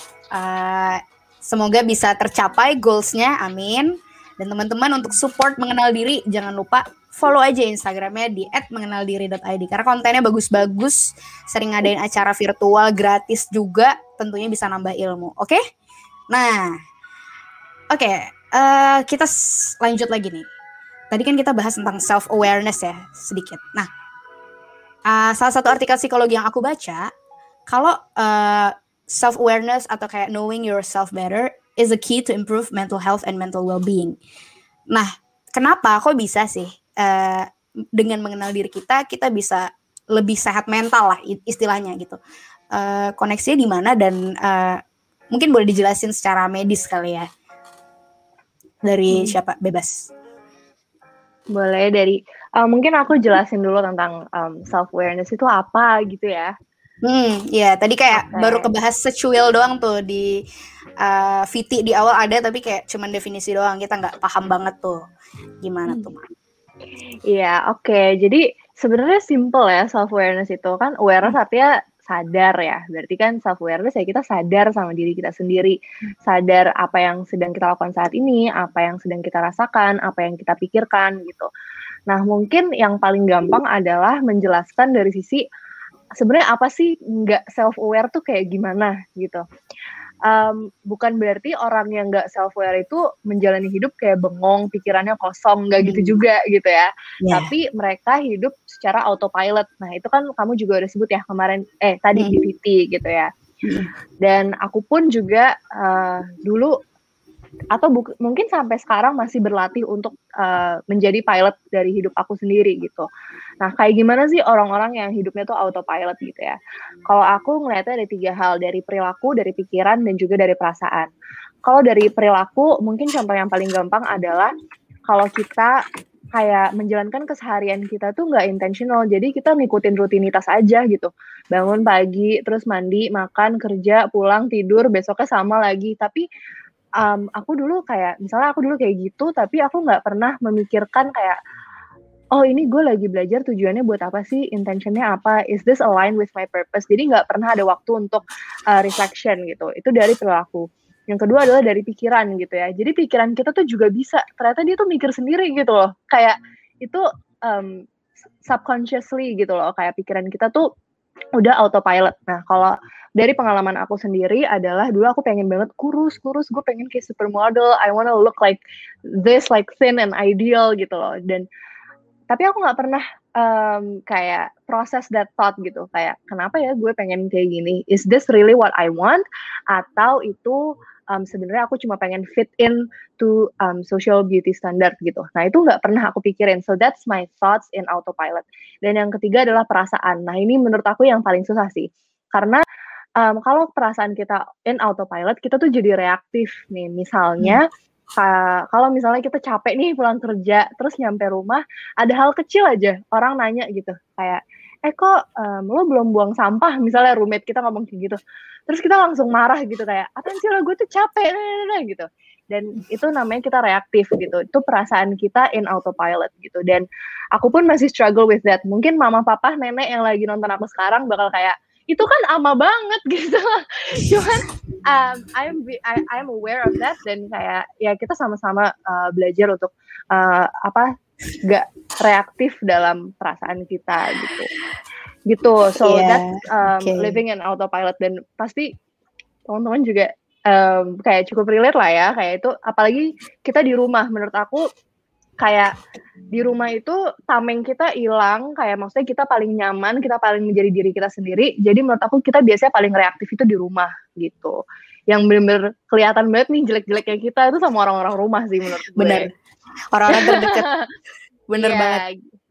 Uh, semoga bisa tercapai goalsnya, amin. Dan teman-teman untuk support mengenal diri, jangan lupa follow aja Instagramnya di at mengenaldiri dot i d, karena kontennya bagus-bagus, sering ngadain acara virtual gratis juga, tentunya bisa nambah ilmu. Oke? Okay? Nah, oke, okay, uh, kita s- lanjut lagi nih. Tadi kan kita bahas tentang self awareness ya sedikit. Nah, uh, salah satu artikel psikologi yang aku baca, kalau uh, self awareness atau kayak knowing yourself better is a key to improve mental health and mental well-being. Nah, kenapa? Kok bisa sih? Uh, dengan mengenal diri kita, kita bisa lebih sehat mental lah istilahnya gitu. Uh, koneksinya di mana, dan uh, mungkin boleh dijelasin secara medis kali ya. Dari hmm. siapa? Bebas. Boleh dari, uh, mungkin aku jelasin dulu tentang um, self awareness itu apa gitu ya. Hmm, ya tadi kayak okay. baru kebahas secuil doang tuh di uh, V T di awal ada, tapi kayak cuman definisi doang, kita nggak paham banget tuh gimana hmm. tuh. Iya, oke. Okay. Jadi sebenarnya simple ya, self awareness itu kan, awareness hmm. artinya sadar ya. Berarti kan self awareness ya kita sadar sama diri kita sendiri, sadar apa yang sedang kita lakukan saat ini, apa yang sedang kita rasakan, apa yang kita pikirkan gitu. Nah, mungkin yang paling gampang adalah menjelaskan dari sisi sebenarnya apa sih nggak self aware tuh kayak gimana gitu. um, bukan berarti orang yang nggak self-aware itu menjalani hidup kayak bengong, pikirannya kosong, nggak hmm. gitu juga gitu ya. Yeah. Tapi mereka hidup secara autopilot. Nah itu kan kamu juga udah sebut ya kemarin, eh tadi hmm. di V T gitu ya. Hmm. Dan aku pun juga uh, dulu atau bu- mungkin sampai sekarang masih berlatih untuk uh, menjadi pilot dari hidup aku sendiri gitu. Nah, kayak gimana sih orang-orang yang hidupnya tuh autopilot gitu ya? Kalau aku ngeliatnya ada tiga hal, dari perilaku, dari pikiran, dan juga dari perasaan. Kalau dari perilaku, mungkin contoh yang paling gampang adalah kalau kita kayak menjalankan keseharian kita tuh nggak intentional, jadi kita ngikutin rutinitas aja gitu. Bangun pagi, terus mandi, makan, kerja, pulang, tidur, besoknya sama lagi. Tapi Um, aku dulu kayak, misalnya aku dulu kayak gitu, tapi aku nggak pernah memikirkan kayak, oh ini gue lagi belajar tujuannya buat apa sih, intentionnya apa, is this aligned with my purpose, jadi nggak pernah ada waktu untuk uh, reflection gitu, itu dari perilaku. Yang kedua adalah dari pikiran gitu ya, jadi pikiran kita tuh juga bisa, ternyata dia tuh mikir sendiri gitu loh, kayak itu um, subconsciously gitu loh, kayak pikiran kita tuh udah autopilot. Nah, kalau dari pengalaman aku sendiri adalah dulu aku pengen banget kurus, kurus, gue pengen kayak supermodel, I wanna look like this, like thin and ideal gitu loh. Dan tapi aku nggak pernah um, kayak process that thought gitu, kayak kenapa ya gue pengen kayak gini? Is this really what I want? Atau itu um, sebenarnya aku cuma pengen fit in to um, social beauty standard gitu. Nah itu nggak pernah aku pikirin. So that's my thoughts in autopilot. Dan yang ketiga adalah perasaan. Nah ini menurut aku yang paling susah sih, karena um, kalau perasaan kita in autopilot, kita tuh jadi reaktif nih. Misalnya hmm. Ka- kalau misalnya kita capek nih pulang kerja, terus nyampe rumah, ada hal kecil aja, orang nanya gitu, kayak, eh kok um, lo belum buang sampah, misalnya roommate kita ngomong kayak gitu, terus kita langsung marah gitu, kayak, apaan sih lo, gue tuh capek, nah, nah, nah, gitu. Dan itu namanya kita reaktif gitu, itu perasaan kita in autopilot gitu. Dan aku pun masih struggle with that. Mungkin mama, papa, nenek yang lagi nonton aku sekarang bakal kayak, itu kan ama banget gitu. Cuman um, I'm I, I'm aware of that, dan kayak ya kita sama-sama uh, belajar untuk uh, apa gak reaktif dalam perasaan kita gitu. Gitu. So yeah, that's um, okay. living in autopilot, dan pasti teman-teman juga um, kayak cukup relate lah ya, kayak itu apalagi kita di rumah. Menurut aku kayak di rumah itu tameng kita hilang, kayak maksudnya kita paling nyaman, kita paling menjadi diri kita sendiri. Jadi menurut aku kita biasanya paling reaktif itu di rumah gitu. Yang bener-bener kelihatan banget nih jelek-jeleknya kita itu sama orang-orang rumah sih menurut gue. Bener. Orang-orang terdekat. Bener yeah. banget.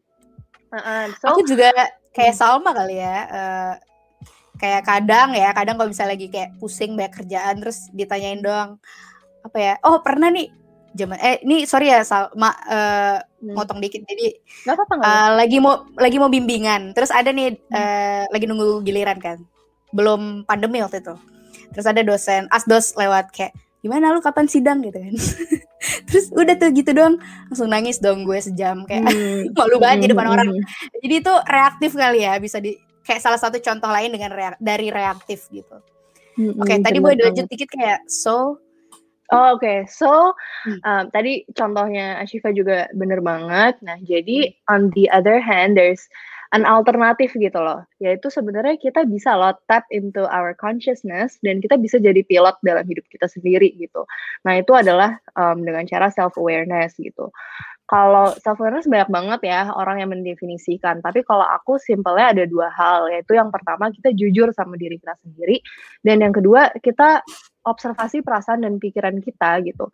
Uh-uh. So, aku juga kayak Salma kali ya. Uh, kayak kadang ya, kadang kalau misalnya lagi kayak pusing banyak kerjaan, terus ditanyain doang, apa ya, oh pernah nih, Jaman, eh ini sorry ya Salma, uh, hmm. motong dikit, jadi nggak apa-apa, nggak uh, lagi mau lagi mau bimbingan, terus ada nih hmm. uh, lagi nunggu giliran kan, belum pandemi waktu itu, terus ada dosen asdos lewat kayak, gimana lu kapan sidang gitu kan, terus udah tuh gitu doang, langsung nangis dong gue sejam kayak hmm. malu banget hmm. di depan hmm. orang, jadi itu reaktif kali ya, bisa di kayak salah satu contoh lain dengan reak, dari reaktif gitu. hmm. Oke, okay, tadi boleh dilanjut dikit kayak so. Oh, oke, okay. So um, tadi contohnya Ashifa juga bener banget. Nah, jadi on the other hand, there's an alternative gitu loh. Yaitu sebenarnya kita bisa loh tap into our consciousness, dan kita bisa jadi pilot dalam hidup kita sendiri gitu. Nah, itu adalah um, dengan cara self-awareness gitu. Kalau self-awareness banyak banget ya orang yang mendefinisikan. Tapi kalau aku simpelnya ada dua hal. Yaitu yang pertama, kita jujur sama diri kita sendiri. Dan yang kedua, kita observasi perasaan dan pikiran kita gitu.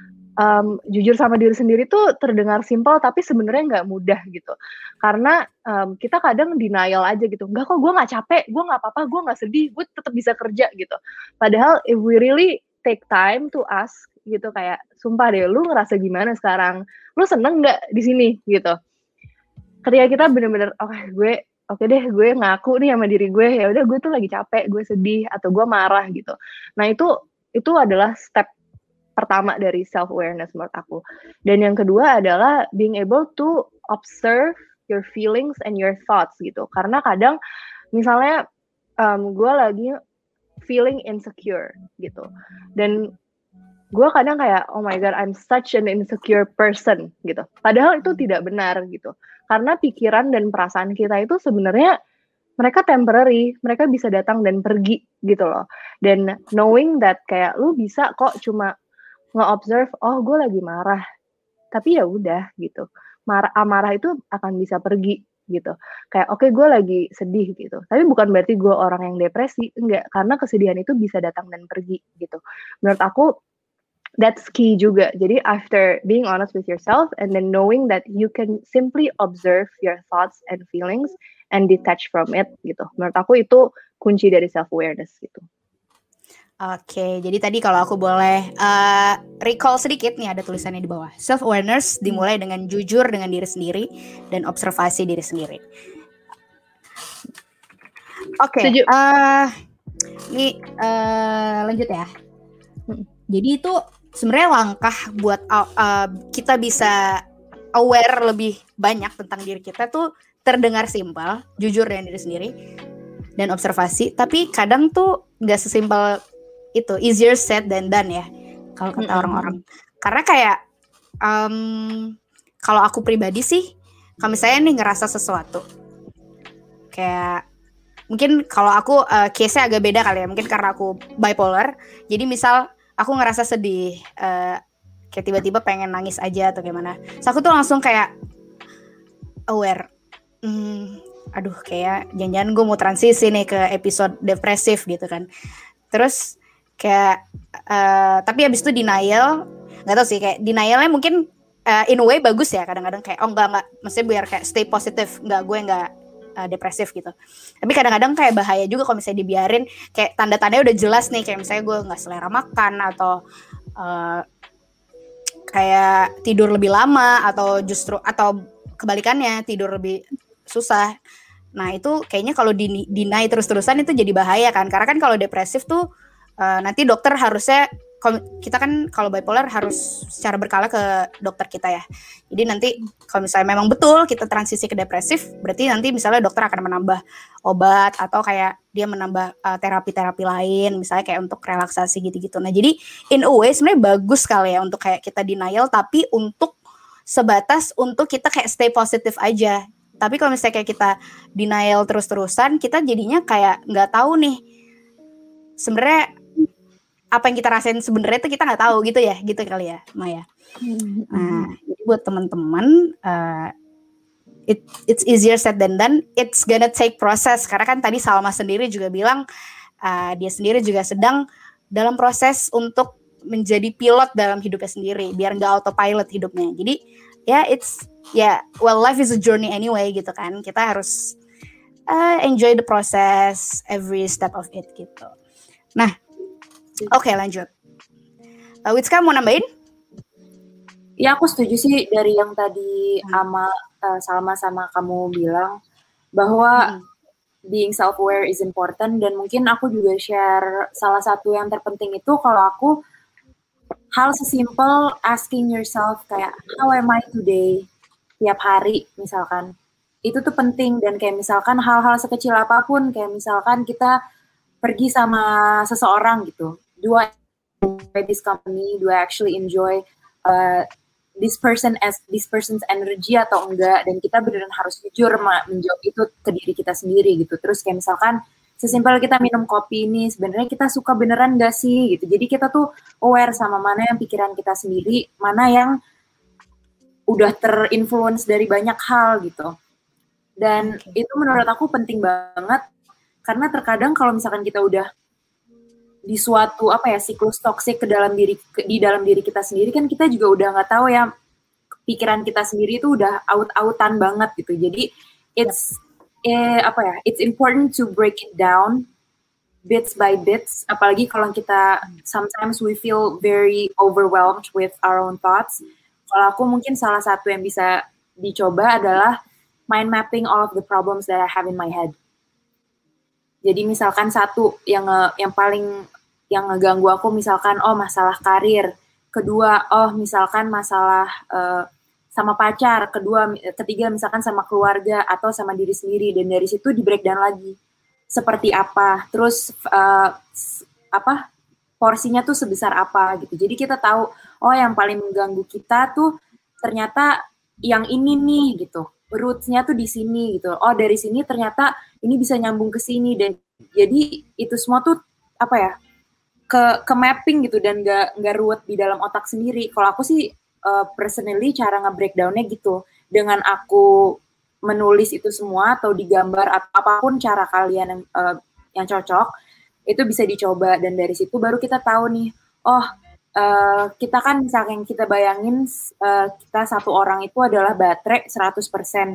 Um, jujur sama diri sendiri tuh terdengar simpel, tapi sebenarnya nggak mudah gitu. Karena um, kita kadang denial aja gitu. Nggak kok, gue nggak capek, gue nggak apa-apa, gue nggak sedih, gue tetap bisa kerja gitu. Padahal if we really take time to ask gitu, kayak sumpah deh, lu ngerasa gimana sekarang? Lu seneng nggak di sini gitu? Ketika kita bener-bener, oke okay, gue Oke deh, gue ngaku nih sama diri gue, ya udah gue tuh lagi capek, gue sedih, atau gue marah gitu. Nah itu itu adalah step pertama dari self-awareness menurut aku. Dan yang kedua adalah being able to observe your feelings and your thoughts gitu. Karena kadang misalnya um, gue lagi feeling insecure gitu. Dan gue kadang kayak, oh my god, I'm such an insecure person gitu. Padahal itu tidak benar gitu. Karena pikiran dan perasaan kita itu sebenarnya mereka temporary, mereka bisa datang dan pergi gitu loh. Dan knowing that kayak lu bisa kok cuma nge-observe, oh gue lagi marah, tapi ya udah gitu. Marah, amarah itu akan bisa pergi gitu. Kayak oke okay, gue lagi sedih gitu. Tapi bukan berarti gue orang yang depresi, enggak. Karena kesedihan itu bisa datang dan pergi gitu. Menurut aku that's key juga. Jadi after being honest with yourself and then knowing that you can simply observe your thoughts and feelings and detach from it gitu. Menurut aku itu kunci dari self awareness gitu. Oke, jadi tadi kalau aku boleh uh, recall sedikit nih, ada tulisannya di bawah. Self awareness dimulai dengan jujur dengan diri sendiri dan observasi diri sendiri. Oke, okay, uh, ini uh, lanjut ya. Jadi itu sebenarnya langkah buat uh, kita bisa aware lebih banyak tentang diri kita tuh terdengar simpel, jujur dengan diri sendiri dan observasi. Tapi kadang tuh nggak sesimpel itu, easier said than done ya kalau kata mm-hmm. orang-orang. Karena kayak um, kalau aku pribadi sih, kalau misalnya nih ngerasa sesuatu, kayak mungkin kalau aku uh, case-nya agak beda kali ya, mungkin karena aku bipolar. Jadi misal aku ngerasa sedih, uh, kayak tiba-tiba pengen nangis aja atau gimana. So aku tuh langsung kayak aware. Hmm, aduh kayak jangan-jangan gue mau transisi nih ke episode depresif gitu kan. Terus kayak uh, tapi habis itu denial, nggak tahu sih, kayak denialnya mungkin uh, in a way bagus ya kadang-kadang, kayak oh enggak enggak, maksudnya biar kayak stay positif, enggak gue enggak uh, depresif gitu. Tapi kadang-kadang kayak bahaya juga kalau misalnya dibiarin, kayak tanda-tandanya udah jelas nih, kayak misalnya gue nggak selera makan atau uh, kayak tidur lebih lama atau justru atau kebalikannya tidur lebih susah. Nah itu kayaknya kalau di, deny terus-terusan itu jadi bahaya kan, karena kan kalau depresif tuh Uh, nanti dokter harusnya, kita kan kalau bipolar harus secara berkala ke dokter kita ya. Jadi nanti kalau misalnya memang betul kita transisi ke depresif, berarti nanti misalnya dokter akan menambah obat atau kayak dia menambah uh, terapi-terapi lain, misalnya kayak untuk relaksasi gitu-gitu. Nah jadi in a way sebenarnya bagus sekali ya untuk kayak kita denial, tapi untuk sebatas untuk kita kayak stay positif aja. Tapi kalau misalnya kayak kita denial terus-terusan, kita jadinya kayak nggak tahu nih sebenarnya apa yang kita rasain sebenarnya itu kita nggak tahu gitu ya, gitu kali ya Maya. Nah, jadi buat teman-teman, uh, it, it's easier said than done. It's gonna take process, karena kan tadi Salma sendiri juga bilang uh, dia sendiri juga sedang dalam proses untuk menjadi pilot dalam hidupnya sendiri, biar nggak autopilot hidupnya. Jadi ya yeah, it's ya yeah, well life is a journey anyway gitu kan. Kita harus uh, enjoy the process, every step of it gitu. Nah. Oke okay, lanjut. Uh, Witska mau nambahin? Ya aku setuju sih dari yang tadi ama uh, Salma sama kamu bilang bahwa hmm. being self-aware is important, dan mungkin aku juga share salah satu yang terpenting itu kalau aku hal sesimpel asking yourself kayak how am I today tiap hari misalkan, itu tuh penting. Dan kayak misalkan hal-hal sekecil apapun, kayak misalkan kita pergi sama seseorang gitu, do I enjoy this company? Do I actually enjoy uh, this person as this person's energy atau enggak? Dan kita beneran harus jujur menjawab itu ke diri kita sendiri gitu. Terus kayak misalkan sesimpel kita minum kopi ini, sebenarnya kita suka beneran gak sih gitu. Jadi kita tuh aware sama mana yang pikiran kita sendiri, mana yang udah terinfluence dari banyak hal gitu. Dan okay. itu menurut aku penting banget, karena terkadang kalau misalkan kita udah di suatu apa ya siklus toksik ke dalam diri ke, di dalam diri kita sendiri, kan kita juga udah nggak tahu ya, pikiran kita sendiri itu udah out-outan banget gitu. Jadi it's eh, apa ya it's important to break it down bits by bits, apalagi kalau kita sometimes we feel very overwhelmed with our own thoughts. Kalau aku mungkin salah satu yang bisa dicoba adalah mind mapping all of the problems that I have in my head. Jadi misalkan satu yang yang paling yang ngeganggu aku misalkan oh masalah karir, kedua oh misalkan masalah uh, sama pacar, kedua ketiga misalkan sama keluarga atau sama diri sendiri, dan dari situ di breakdown lagi seperti apa, terus uh, apa porsinya tuh sebesar apa gitu. Jadi kita tahu oh yang paling mengganggu kita tuh ternyata yang ini nih gitu. roots-nya tuh di sini gitu. Oh dari sini ternyata ini bisa nyambung ke sini dan jadi itu semua tuh apa ya ke ke mapping gitu dan nggak nggak ruwet di dalam otak sendiri. Kalau aku sih uh, personally cara nge-breakdown-nya gitu dengan aku menulis itu semua atau digambar atau apapun cara kalian yang uh, yang cocok itu bisa dicoba dan dari situ baru kita tahu nih oh uh, kita kan misalkan kita bayangin uh, kita satu orang itu adalah baterai seratus persen.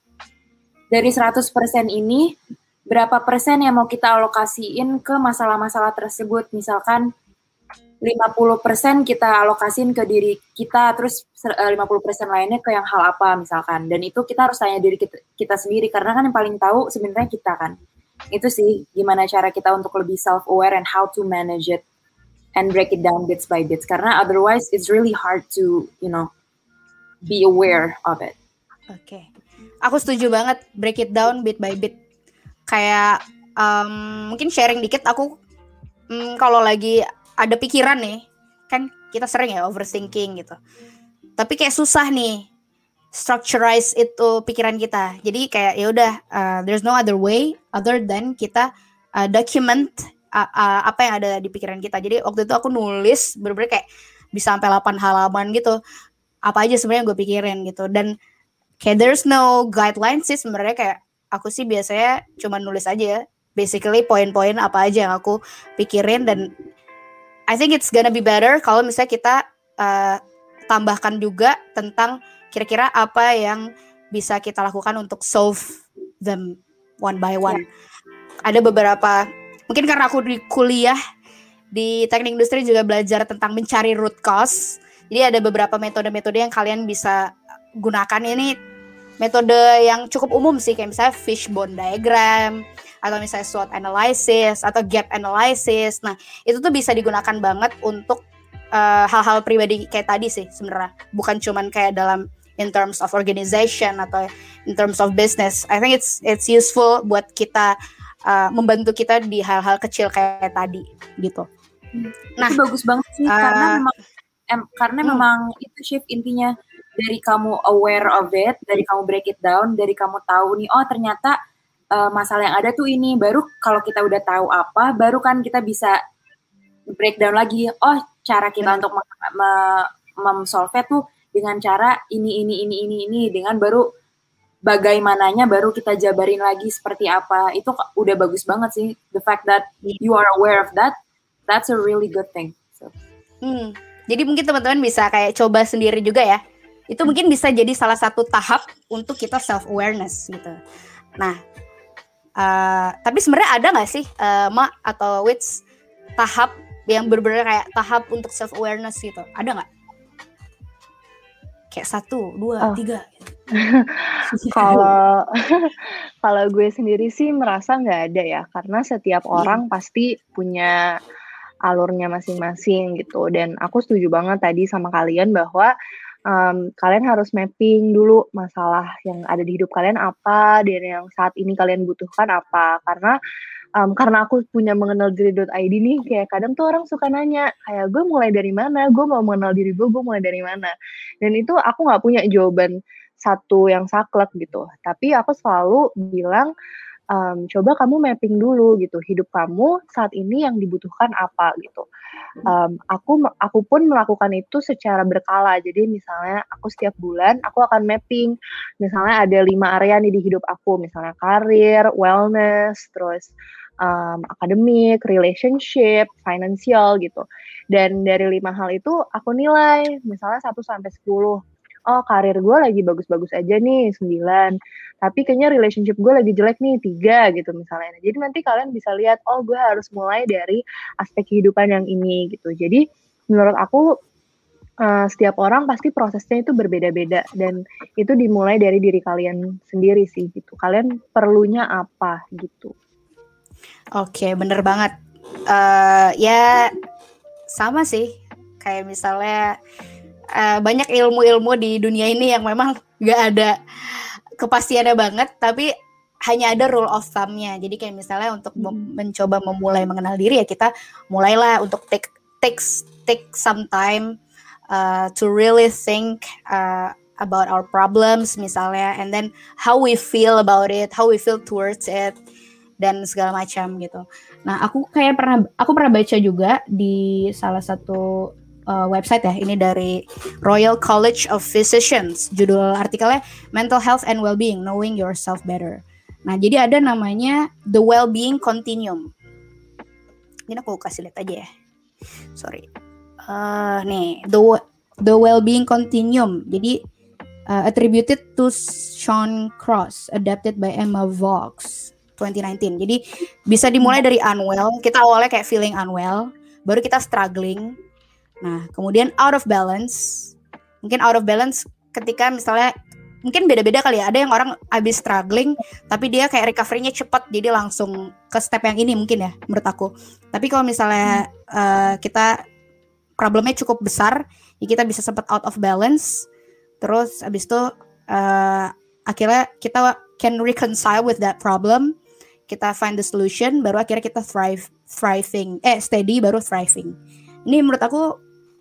Dari seratus persen ini berapa persen yang mau kita alokasiin ke masalah-masalah tersebut. Misalkan lima puluh persen kita alokasiin ke diri kita, terus lima puluh persen lainnya ke yang hal apa misalkan. Dan itu kita harus tanya diri kita, kita sendiri, karena kan yang paling tahu sebenarnya kita kan. Itu sih gimana cara kita untuk lebih self-aware and how to manage it and break it down bits by bits. Karena otherwise it's really hard to, you know, be aware of it. Oke, okay. Aku setuju banget break it down bit by bit. Kayak um, mungkin sharing dikit aku um, kalau lagi ada pikiran nih, kan kita sering ya overthinking gitu. Tapi kayak susah nih structurize itu pikiran kita. Jadi kayak ya udah uh, there's no other way other than kita uh, document uh, uh, apa yang ada di pikiran kita. Jadi waktu itu aku nulis bener-bener kayak bisa sampai delapan halaman gitu. Apa aja sebenarnya gue pikirin gitu. Dan kayak there's no guidelines sih sebenarnya, kayak aku sih biasanya cuma nulis aja basically poin-poin apa aja yang aku pikirin. Dan I think it's gonna be better kalau misalnya kita uh, tambahkan juga tentang kira-kira apa yang bisa kita lakukan untuk solve them one by one. Yeah. Ada beberapa, mungkin karena aku di kuliah di teknik industri juga belajar tentang mencari root cause. Jadi ada beberapa metode-metode yang kalian bisa gunakan. Ini metode yang cukup umum sih, kayak misalnya fishbone diagram, atau misalnya SWOT analysis, atau gap analysis. Nah, itu tuh bisa digunakan banget untuk uh, hal-hal pribadi kayak tadi sih sebenarnya. Bukan cuman kayak dalam in terms of organization atau in terms of business. I think it's it's useful buat kita uh, membantu kita di hal-hal kecil kayak tadi gitu. Hmm, nah, itu bagus banget sih uh, karena memang em, karena hmm. memang itu shift intinya. Dari kamu aware of it, dari kamu break it down, dari kamu tahu nih, oh ternyata uh, masalah yang ada tuh ini. Baru kalau kita udah tahu apa, baru kan kita bisa breakdown lagi. Oh cara kita hmm. untuk mem-solve tuh dengan cara ini, ini, ini, ini, ini. Dengan baru bagaimananya baru kita jabarin lagi seperti apa. Itu udah bagus banget sih. The fact that you are aware of that, that's a really good thing. So. Hmm. Jadi mungkin teman-teman bisa kayak coba sendiri juga ya. Itu mungkin bisa jadi salah satu tahap untuk kita self-awareness gitu. Nah, uh, tapi sebenarnya ada nggak sih, uh, Ma atau Wits, tahap yang benar-benar kayak tahap untuk self-awareness gitu? Ada nggak? Kayak satu, dua, oh. tiga. Kalau kalau gue sendiri sih merasa nggak ada ya, karena setiap orang hmm. pasti punya alurnya masing-masing gitu. Dan aku setuju banget tadi sama kalian bahwa Um, kalian harus mapping dulu masalah yang ada di hidup kalian apa, dan yang saat ini kalian butuhkan apa. Karena um, karena aku punya mengenal diri dot i d nih, kayak kadang tuh orang suka nanya kayak gue mulai dari mana, gue mau mengenal diri gue, gue mulai dari mana. Dan itu aku nggak punya jawaban satu yang saklek gitu. Tapi aku selalu bilang Um, coba kamu mapping dulu gitu, hidup kamu saat ini yang dibutuhkan apa gitu. Um, aku aku pun melakukan itu secara berkala. Jadi misalnya aku setiap bulan aku akan mapping. Misalnya ada lima area nih di hidup aku, misalnya karir, wellness, terus um, akademik, relationship, financial gitu. Dan dari lima hal itu aku nilai, misalnya satu sampai sepuluh. Oh karir gue lagi bagus-bagus aja nih sembilan, tapi kayaknya relationship gue lagi jelek nih tiga gitu misalnya. Jadi nanti kalian bisa lihat, oh gue harus mulai dari aspek kehidupan yang ini gitu. Jadi menurut aku uh, setiap orang pasti prosesnya itu berbeda-beda, dan itu dimulai dari diri kalian sendiri sih gitu. Kalian perlunya apa gitu. Oke, bener banget. Uh, ya sama sih, kayak misalnya Uh, banyak ilmu-ilmu di dunia ini yang memang gak ada kepastiannya banget, tapi hanya ada rule of thumb-nya. Jadi kayak misalnya untuk mem- mencoba memulai mengenal diri, ya kita mulailah untuk take take take some time uh, to really think uh, about our problems misalnya, and then how we feel about it, how we feel towards it, dan segala macam gitu. Nah, aku kayak pernah aku pernah baca juga di salah satu uh, website ya, ini dari Royal College of Physicians. Judul artikelnya Mental Health and Wellbeing, Knowing Yourself Better. Nah, jadi ada namanya The Wellbeing Continuum. Ini aku kasih lihat aja ya. Sorry. Uh, nih, The The Wellbeing Continuum. Jadi uh, attributed to Sean Cross, adapted by Emma Vox, twenty nineteen. Jadi bisa dimulai dari unwell. Kita awalnya kayak feeling unwell, baru kita struggling. Nah, kemudian out of balance. Mungkin out of balance ketika misalnya mungkin beda-beda kali ya. Ada yang orang abis struggling tapi dia kayak recovery-nya cepat, jadi langsung ke step yang ini mungkin ya menurut aku. Tapi kalau misalnya uh, kita problemnya cukup besar, ya kita bisa sempat out of balance. Terus abis itu uh, akhirnya kita can reconcile with that problem. Kita find the solution, baru akhirnya kita thrive, thriving, eh steady baru thriving. Ini menurut aku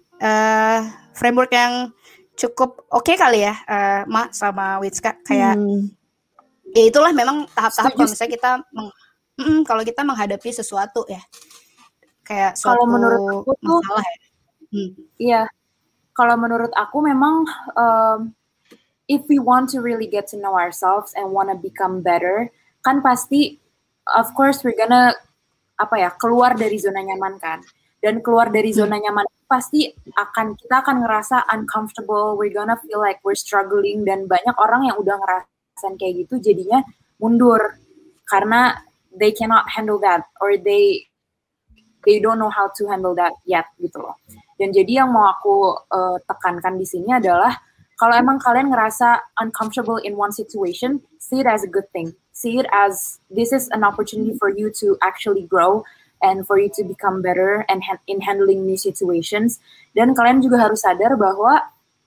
uh, framework yang cukup oke okay kali ya, uh, Ma sama Witska, kayak hmm. ya itulah memang tahap-tahap kalau misalnya kita meng, mm, kalau kita menghadapi sesuatu ya, kayak suatu kalau menurut aku tuh, masalah ya. Hmm. Iya, kalau menurut aku memang um, if we want to really get to know ourselves and wanna become better, kan pasti of course we're gonna apa ya keluar dari zona nyaman kan, dan keluar dari zona hmm. nyaman pasti akan kita akan ngerasa uncomfortable, we're gonna feel like we're struggling, dan banyak orang yang udah ngerasain kayak gitu jadinya mundur karena they cannot handle that or they they don't know how to handle that yet gitu loh. Dan jadi yang mau aku uh, tekankan di sini adalah kalau emang kalian ngerasa uncomfortable in one situation, see it as a good thing. See it as this is an opportunity for you to actually grow and for you to become better and ha- in handling new situations. Dan kalian juga harus sadar bahwa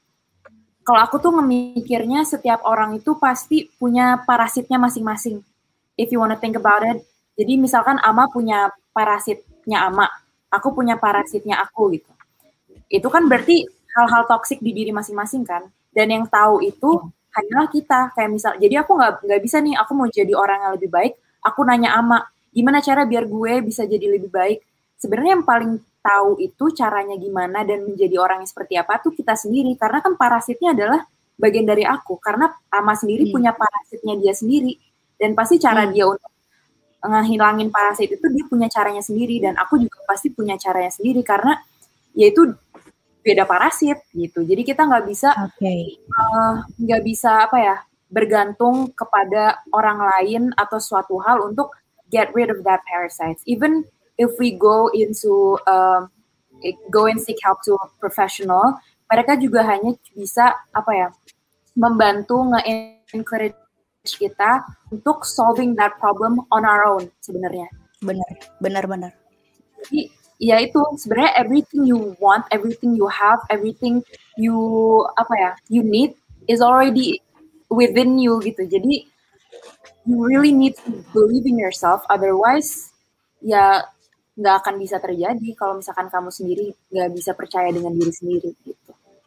kalau aku tuh memikirnya setiap orang itu pasti punya parasitnya masing-masing. If you wanna think about it. Jadi misalkan Ama punya parasitnya Ama, aku punya parasitnya aku gitu. Itu kan berarti hal-hal toksik di diri masing-masing kan. Dan yang tahu itu hanyalah kita. Kayak misal, jadi aku nggak nggak bisa nih, aku mau jadi orang yang lebih baik, aku nanya Ama, gimana cara biar gue bisa jadi lebih baik? Sebenarnya yang paling tahu itu caranya gimana dan menjadi orang yang seperti apa tuh kita sendiri. Karena kan parasitnya adalah bagian dari aku. Karena Ama sendiri hmm. punya parasitnya dia sendiri. Dan pasti cara hmm. dia untuk ngehilangin parasit itu dia punya caranya sendiri. Dan aku juga pasti punya caranya sendiri. Karena yaitu beda parasit gitu. Jadi kita nggak bisa nggak okay. uh, bisa apa ya bergantung kepada orang lain atau suatu hal untuk get rid of that parasites. Even if we go into uh, go and seek help to a professional, mereka juga hanya bisa apa ya membantu nge-encourage kita untuk solving that problem on our own sebenarnya. Benar, benar, benar. Jadi ya itu sebenarnya everything you want, everything you have, everything you apa ya you need is already within you gitu. Jadi you really need to believe in yourself, otherwise ya nggak akan bisa terjadi kalau misalkan kamu sendiri nggak bisa percaya dengan diri sendiri gitu.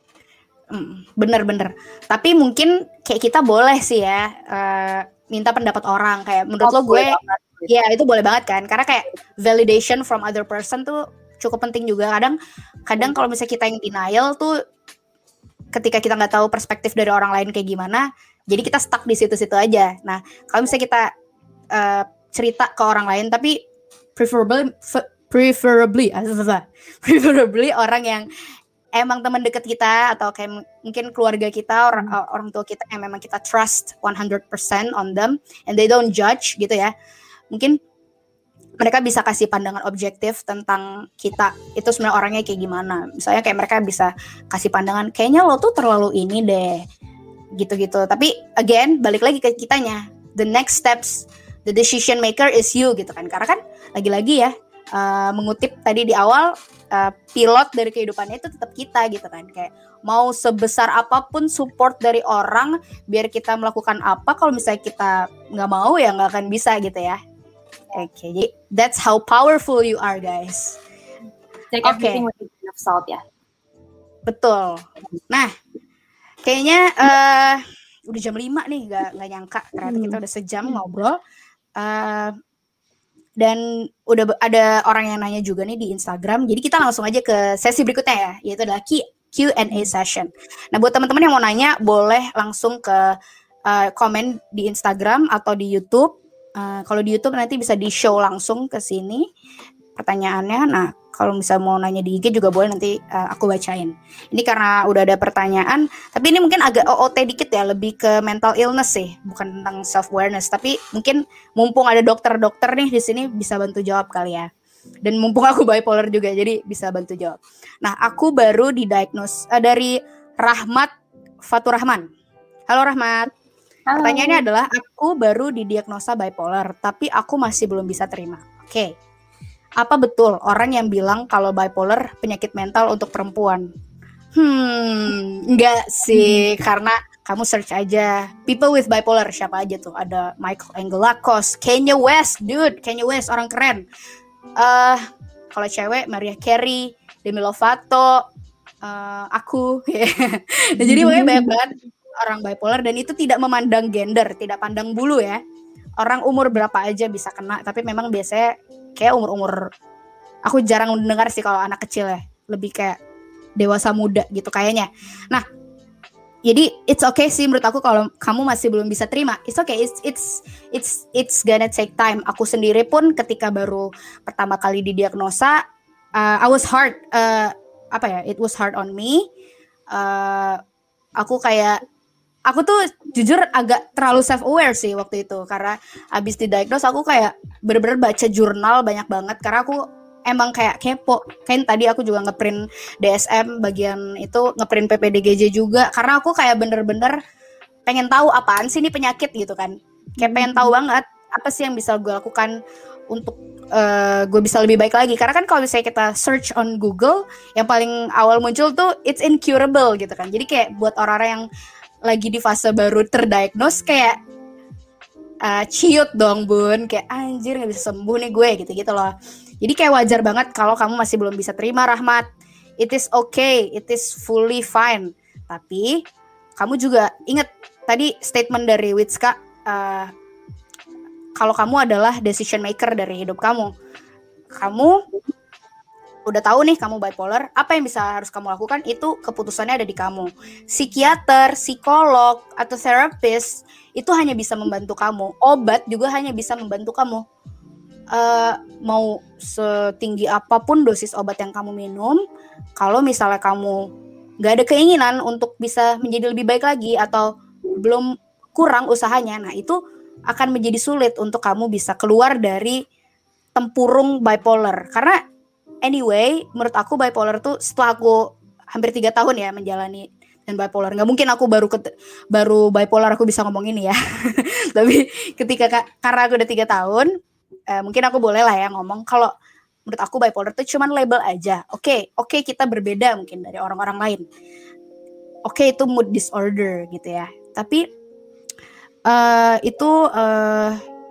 Bener-bener. Tapi mungkin kayak kita boleh sih ya uh, minta pendapat orang, kayak menurut oh, lo gue banget, gitu. Ya itu boleh banget kan, karena kayak validation from other person tuh cukup penting juga. Kadang kadang kalau misalnya kita yang denial tuh ketika kita nggak tahu perspektif dari orang lain kayak gimana, jadi kita stuck di situ-situ aja. Nah, kalau misalnya kita uh, cerita ke orang lain, tapi preferably, preferably, preferably orang yang emang teman dekat kita atau kayak mungkin keluarga kita, orang hmm. orang tua kita yang memang kita trust one hundred percent on them and they don't judge gitu ya. Mungkin mereka bisa kasih pandangan objektif tentang kita itu sebenarnya orangnya kayak gimana. Misalnya kayak mereka bisa kasih pandangan, kayaknya lo tuh terlalu ini deh, gitu-gitu. Tapi again, balik lagi ke kitanya. The next steps, the decision maker is you gitu kan. Karena kan lagi-lagi ya, uh, mengutip tadi di awal, uh, pilot dari kehidupannya itu tetap kita gitu kan. Kayak mau sebesar apapun support dari orang, biar kita melakukan apa, kalau misalnya kita nggak mau ya nggak akan bisa gitu ya. Oke, okay, jadi that's how powerful you are, guys. Take everything okay. with a grain of salt ya. Betul. Nah, Kayaknya uh, udah jam lima nih, gak, gak nyangka ternyata kita udah sejam ngobrol. Uh, dan udah ada orang yang nanya juga nih di Instagram. Jadi kita langsung aja ke sesi berikutnya ya, yaitu adalah Q and A session. Nah, buat teman-teman yang mau nanya, boleh langsung ke uh, komen di Instagram atau di YouTube. Uh, kalau di YouTube nanti bisa di-show langsung ke sini pertanyaannya. Nah, kalau bisa mau nanya di I G juga boleh, nanti uh, aku bacain. Ini karena udah ada pertanyaan, tapi ini mungkin agak O O T dikit ya, lebih ke mental illness sih, bukan tentang self-awareness. Tapi mungkin mumpung ada dokter-dokter nih di sini bisa bantu jawab kali ya. Dan mumpung aku bipolar juga, jadi bisa bantu jawab. Nah, aku baru didiagnose uh, dari Rahmat Fatur Rahman. Halo Rahmat. Halo. Pertanyaannya adalah, aku baru didiagnosa bipolar, tapi aku masih belum bisa terima. Oke. Okay. Apa betul orang yang bilang kalau bipolar penyakit mental untuk perempuan? Hmm, enggak sih, karena kamu search aja people with bipolar, siapa aja tuh? Ada Michael Angelakos, Kanye West, dude, Kanye West orang keren. Uh, kalau cewek Mariah Carey, Demi Lovato, uh, aku. Nah, jadi makanya banyak banget orang bipolar, dan itu tidak memandang gender, tidak pandang bulu ya. Orang umur berapa aja bisa kena, tapi memang biasanya kayak umur-umur, aku jarang mendengar sih kalau anak kecil ya, lebih kayak dewasa muda gitu kayaknya. Nah, jadi it's okay sih menurut aku kalau kamu masih belum bisa terima. It's okay, it's it's it's it's gonna take time. Aku sendiri pun ketika baru pertama kali didiagnosa, uh, I was hard, uh, apa ya, it was hard on me. Uh, aku kayak Aku tuh jujur agak terlalu self-aware sih waktu itu. Karena abis didiagnose aku kayak bener-bener baca jurnal banyak banget. Karena aku emang kayak kepo. Kayak tadi aku juga ngeprint D S M bagian itu, ngeprint P P D G J juga. Karena aku kayak bener-bener pengen tahu apaan sih ini penyakit gitu kan. Kayak pengen tahu banget apa sih yang bisa gue lakukan untuk uh, gue bisa lebih baik lagi. Karena kan kalau misalnya kita search on Google, yang paling awal muncul tuh it's incurable gitu kan. Jadi kayak buat orang-orang yang lagi di fase baru terdiagnose kayak uh, ciut dong bun, kayak anjir gak bisa sembuh nih gue gitu-gitu loh. Jadi kayak wajar banget kalau kamu masih belum bisa terima Rahmat. It is okay, it is fully fine. Tapi kamu juga ingat tadi statement dari Witska, uh, kalau kamu adalah decision maker dari hidup kamu. Kamu udah tahu nih kamu bipolar, apa yang bisa harus kamu lakukan itu keputusannya ada di kamu. Psikiater, psikolog, atau terapis itu hanya bisa membantu kamu. Obat juga hanya bisa membantu kamu. Uh, mau setinggi apapun dosis obat yang kamu minum, kalau misalnya kamu gak ada keinginan untuk bisa menjadi lebih baik lagi atau belum kurang usahanya, nah itu akan menjadi sulit untuk kamu bisa keluar dari tempurung bipolar. Karena anyway, menurut aku bipolar tuh setelah aku hampir tiga tahun ya menjalani dan bipolar. Nggak mungkin aku baru ket, baru bipolar aku bisa ngomong ini ya. Tapi ketika karena aku udah tiga tahun, eh, mungkin aku boleh lah ya ngomong kalau menurut aku bipolar tuh cuman label aja. Oke, okay, oke okay, kita berbeda mungkin dari orang-orang lain. Oke okay, itu mood disorder gitu ya. Tapi uh, itu uh,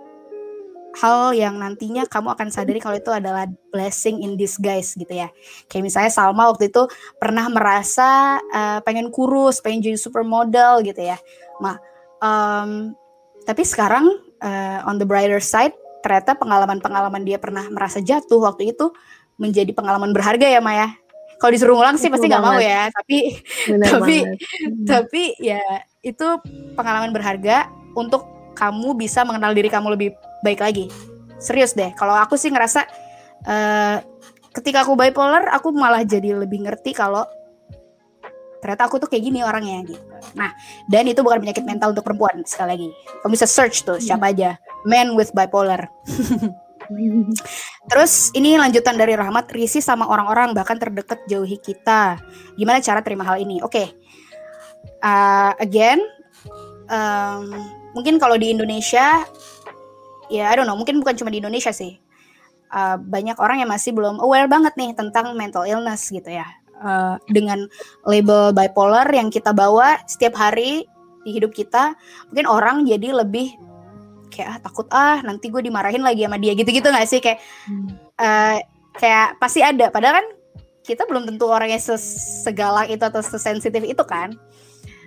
hal yang nantinya kamu akan sadari kalau itu adalah blessing in disguise gitu ya. Kayak misalnya Salma waktu itu pernah merasa uh, pengen kurus, pengen jadi supermodel gitu ya. Nah, um, tapi sekarang uh, on the brighter side, ternyata pengalaman-pengalaman dia pernah merasa jatuh waktu itu menjadi pengalaman berharga ya Maya. Kalau disuruh ngulang sih pasti nggak mau ya, tapi Bener tapi banget. tapi ya itu pengalaman berharga untuk kamu bisa mengenal diri kamu lebih baik lagi. Serius deh, kalau aku sih ngerasa uh, ketika aku bipolar, aku malah jadi lebih ngerti kalau ternyata aku tuh kayak gini orangnya gitu. Nah, dan itu bukan penyakit mental untuk perempuan, sekali lagi. Kamu bisa search tuh siapa aja, man with bipolar. Terus ini lanjutan dari Rahmat, risih sama orang-orang bahkan terdekat jauhi kita. Gimana cara terima hal ini? Oke, okay. uh, again, um, mungkin kalau di Indonesia, ya I don't know, mungkin bukan cuma di Indonesia sih. Uh, banyak orang yang masih belum aware banget nih tentang mental illness gitu ya. Uh, dengan label bipolar yang kita bawa setiap hari di hidup kita, mungkin orang jadi lebih kayak ah, takut ah nanti gue dimarahin lagi sama dia gitu-gitu nggak sih kayak hmm. uh, kayak pasti ada. Padahal kan kita belum tentu orangnya segalak itu atau sesensitif itu kan.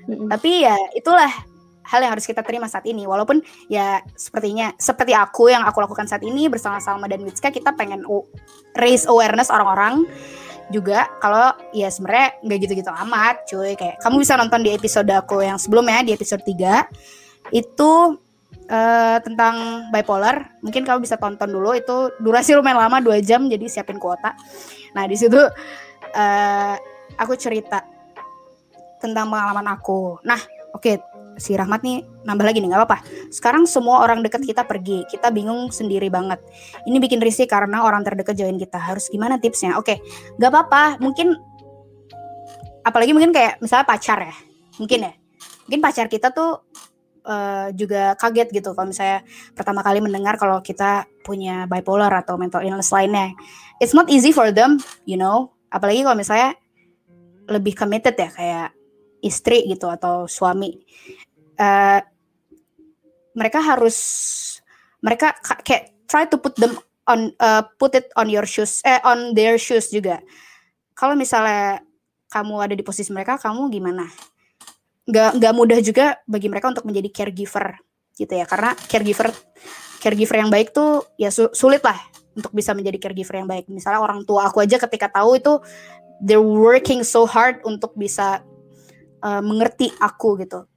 Mm-hmm. Tapi ya itulah hal yang harus kita terima saat ini. Walaupun ya sepertinya seperti aku yang aku lakukan saat ini bersama Salma dan Witska, kita pengen u- raise awareness orang-orang juga kalau ya sebenarnya nggak gitu-gitu amat, cuy. Kayak kamu bisa nonton di episode aku yang sebelumnya, di episode tiga itu uh, tentang bipolar. Mungkin kamu bisa tonton dulu, itu durasi lumayan lama, dua jam, jadi siapin kuota. Nah di situ uh, aku cerita tentang pengalaman aku. Nah oke, okay, si Rahmat nih nambah lagi nih, nggak apa-apa. Sekarang semua orang dekat kita pergi, kita bingung sendiri banget. Ini bikin risih karena orang terdekat jauhin kita. Harus gimana tipsnya? Oke, okay, nggak apa-apa. Mungkin apalagi mungkin kayak misalnya pacar ya, mungkin ya, mungkin pacar kita tuh uh, juga kaget gitu kalau misalnya pertama kali mendengar kalau kita punya bipolar atau mental illness lainnya. It's not easy for them, you know. Apalagi kalau misalnya lebih committed ya, kayak istri gitu atau suami. Uh, mereka harus mereka kayak try to put them on uh, put it on your shoes eh on their shoes juga. Kalau misalnya kamu ada di posisi mereka, kamu gimana? Gak nggak mudah juga bagi mereka untuk menjadi caregiver gitu ya, karena caregiver caregiver yang baik tuh ya su- sulit lah untuk bisa menjadi caregiver yang baik. Misalnya orang tua aku aja ketika tahu itu they're working so hard untuk bisa uh, mengerti aku gitu.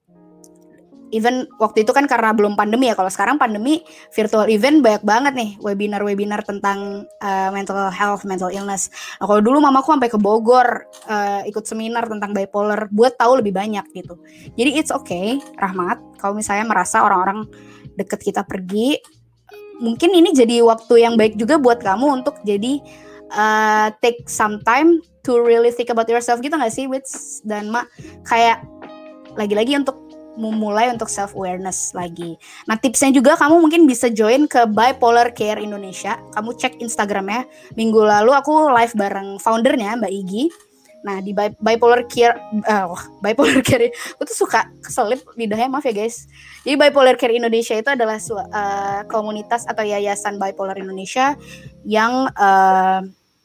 Even waktu itu kan karena belum pandemi ya. Kalau sekarang pandemi, virtual event banyak banget nih webinar-webinar tentang uh, mental health, mental illness. Nah, kalau dulu mamaku sampai ke Bogor uh, ikut seminar tentang bipolar buat tahu lebih banyak gitu. Jadi it's okay, Rahmat, kalau misalnya merasa orang-orang deket kita pergi, mungkin ini jadi waktu yang baik juga buat kamu untuk jadi uh, take some time to really think about yourself gitu gak sih, Wits dan Ma? Kayak lagi-lagi untuk memulai untuk self awareness lagi. Nah tipsnya juga kamu mungkin bisa join ke Bipolar Care Indonesia. Kamu cek Instagramnya. Minggu lalu aku live bareng foundernya Mbak Igi. Nah di Bi- Bipolar Care, uh, Bipolar Care, aku tuh suka keselip lidahnya, maaf ya guys. Jadi Bipolar Care Indonesia itu adalah uh, komunitas atau yayasan Bipolar Indonesia yang uh,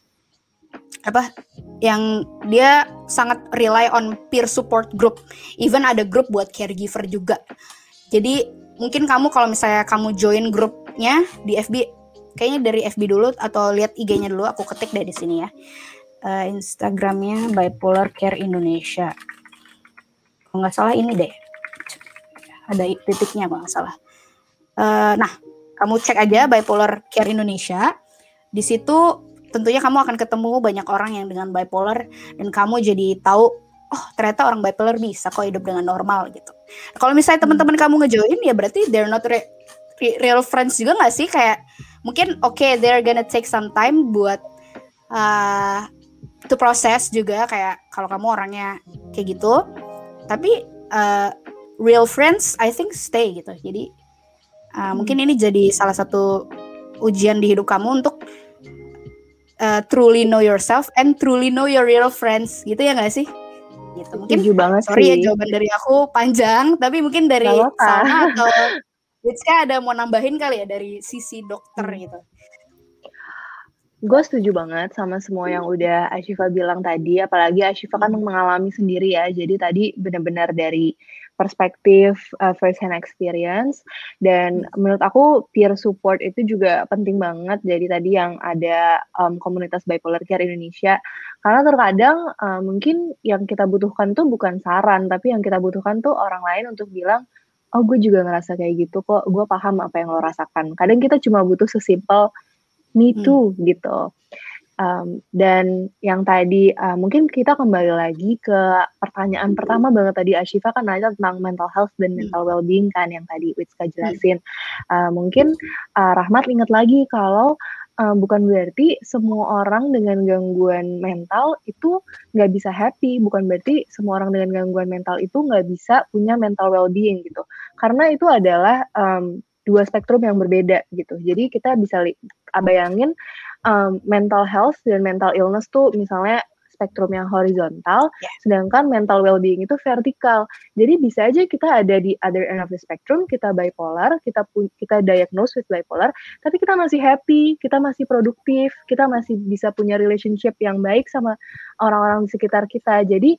apa? Yang dia sangat rely on peer support group. Even ada grup buat caregiver juga. Jadi mungkin kamu kalau misalnya kamu join grupnya di F B, kayaknya dari F B dulu atau lihat I G-nya dulu, aku ketik dari sini ya. Uh, Instagramnya Bipolar Care Indonesia. Kalau nggak salah ini deh. Ada titiknya kalau nggak salah. Uh, nah, kamu cek aja Bipolar Care Indonesia. Di situ tentunya kamu akan ketemu banyak orang yang dengan bipolar dan kamu jadi tahu, oh ternyata orang bipolar bisa kok hidup dengan normal gitu. Nah, kalau misalnya teman-teman kamu ngejoin ya berarti they're not re- re- real friends juga nggak sih? Kayak mungkin oke okay, they're gonna take some time buat uh, to process juga, kayak kalau kamu orangnya kayak gitu. Tapi uh, real friends I think stay gitu. Jadi uh, hmm. mungkin ini jadi salah satu ujian di hidup kamu untuk Uh, truly know yourself and truly know your real friends gitu ya nggak sih? Gitu mungkin. Sorry sih. Ya jawaban dari aku panjang, tapi mungkin dari Salma atau Witska ada mau nambahin kali ya dari sisi dokter hmm. gitu. Gue setuju banget sama semua yang udah Ashifa bilang tadi, apalagi Ashifa kan mengalami sendiri ya. Jadi tadi benar-benar dari perspektif uh, first hand experience, dan menurut aku peer support itu juga penting banget. Jadi tadi yang ada um, komunitas Bipolar Care Indonesia, karena terkadang uh, mungkin yang kita butuhkan tuh bukan saran, tapi yang kita butuhkan tuh orang lain untuk bilang, oh gue juga ngerasa kayak gitu kok, gue paham apa yang lo rasakan. Kadang kita cuma butuh sesimpel me too hmm. gitu. Um, dan yang tadi uh, mungkin kita kembali lagi ke pertanyaan pertama banget tadi, Ashifa kan nanya tentang mental health dan mental well-being kan yang tadi Witska jelasin. Uh, mungkin uh, Rahmat ingat lagi kalau uh, bukan berarti semua orang dengan gangguan mental itu nggak bisa happy, bukan berarti semua orang dengan gangguan mental itu nggak bisa punya mental well-being gitu. Karena itu adalah um, dua spektrum yang berbeda gitu. Jadi kita bisa li- bayangin um, mental health dan mental illness tuh misalnya spektrum yang horizontal, yeah. sedangkan mental well-being itu vertikal. Jadi bisa aja kita ada di other end of the spectrum, kita bipolar, kita pu- kita diagnose with bipolar, tapi kita masih happy, kita masih produktif, kita masih bisa punya relationship yang baik sama orang-orang di sekitar kita. Jadi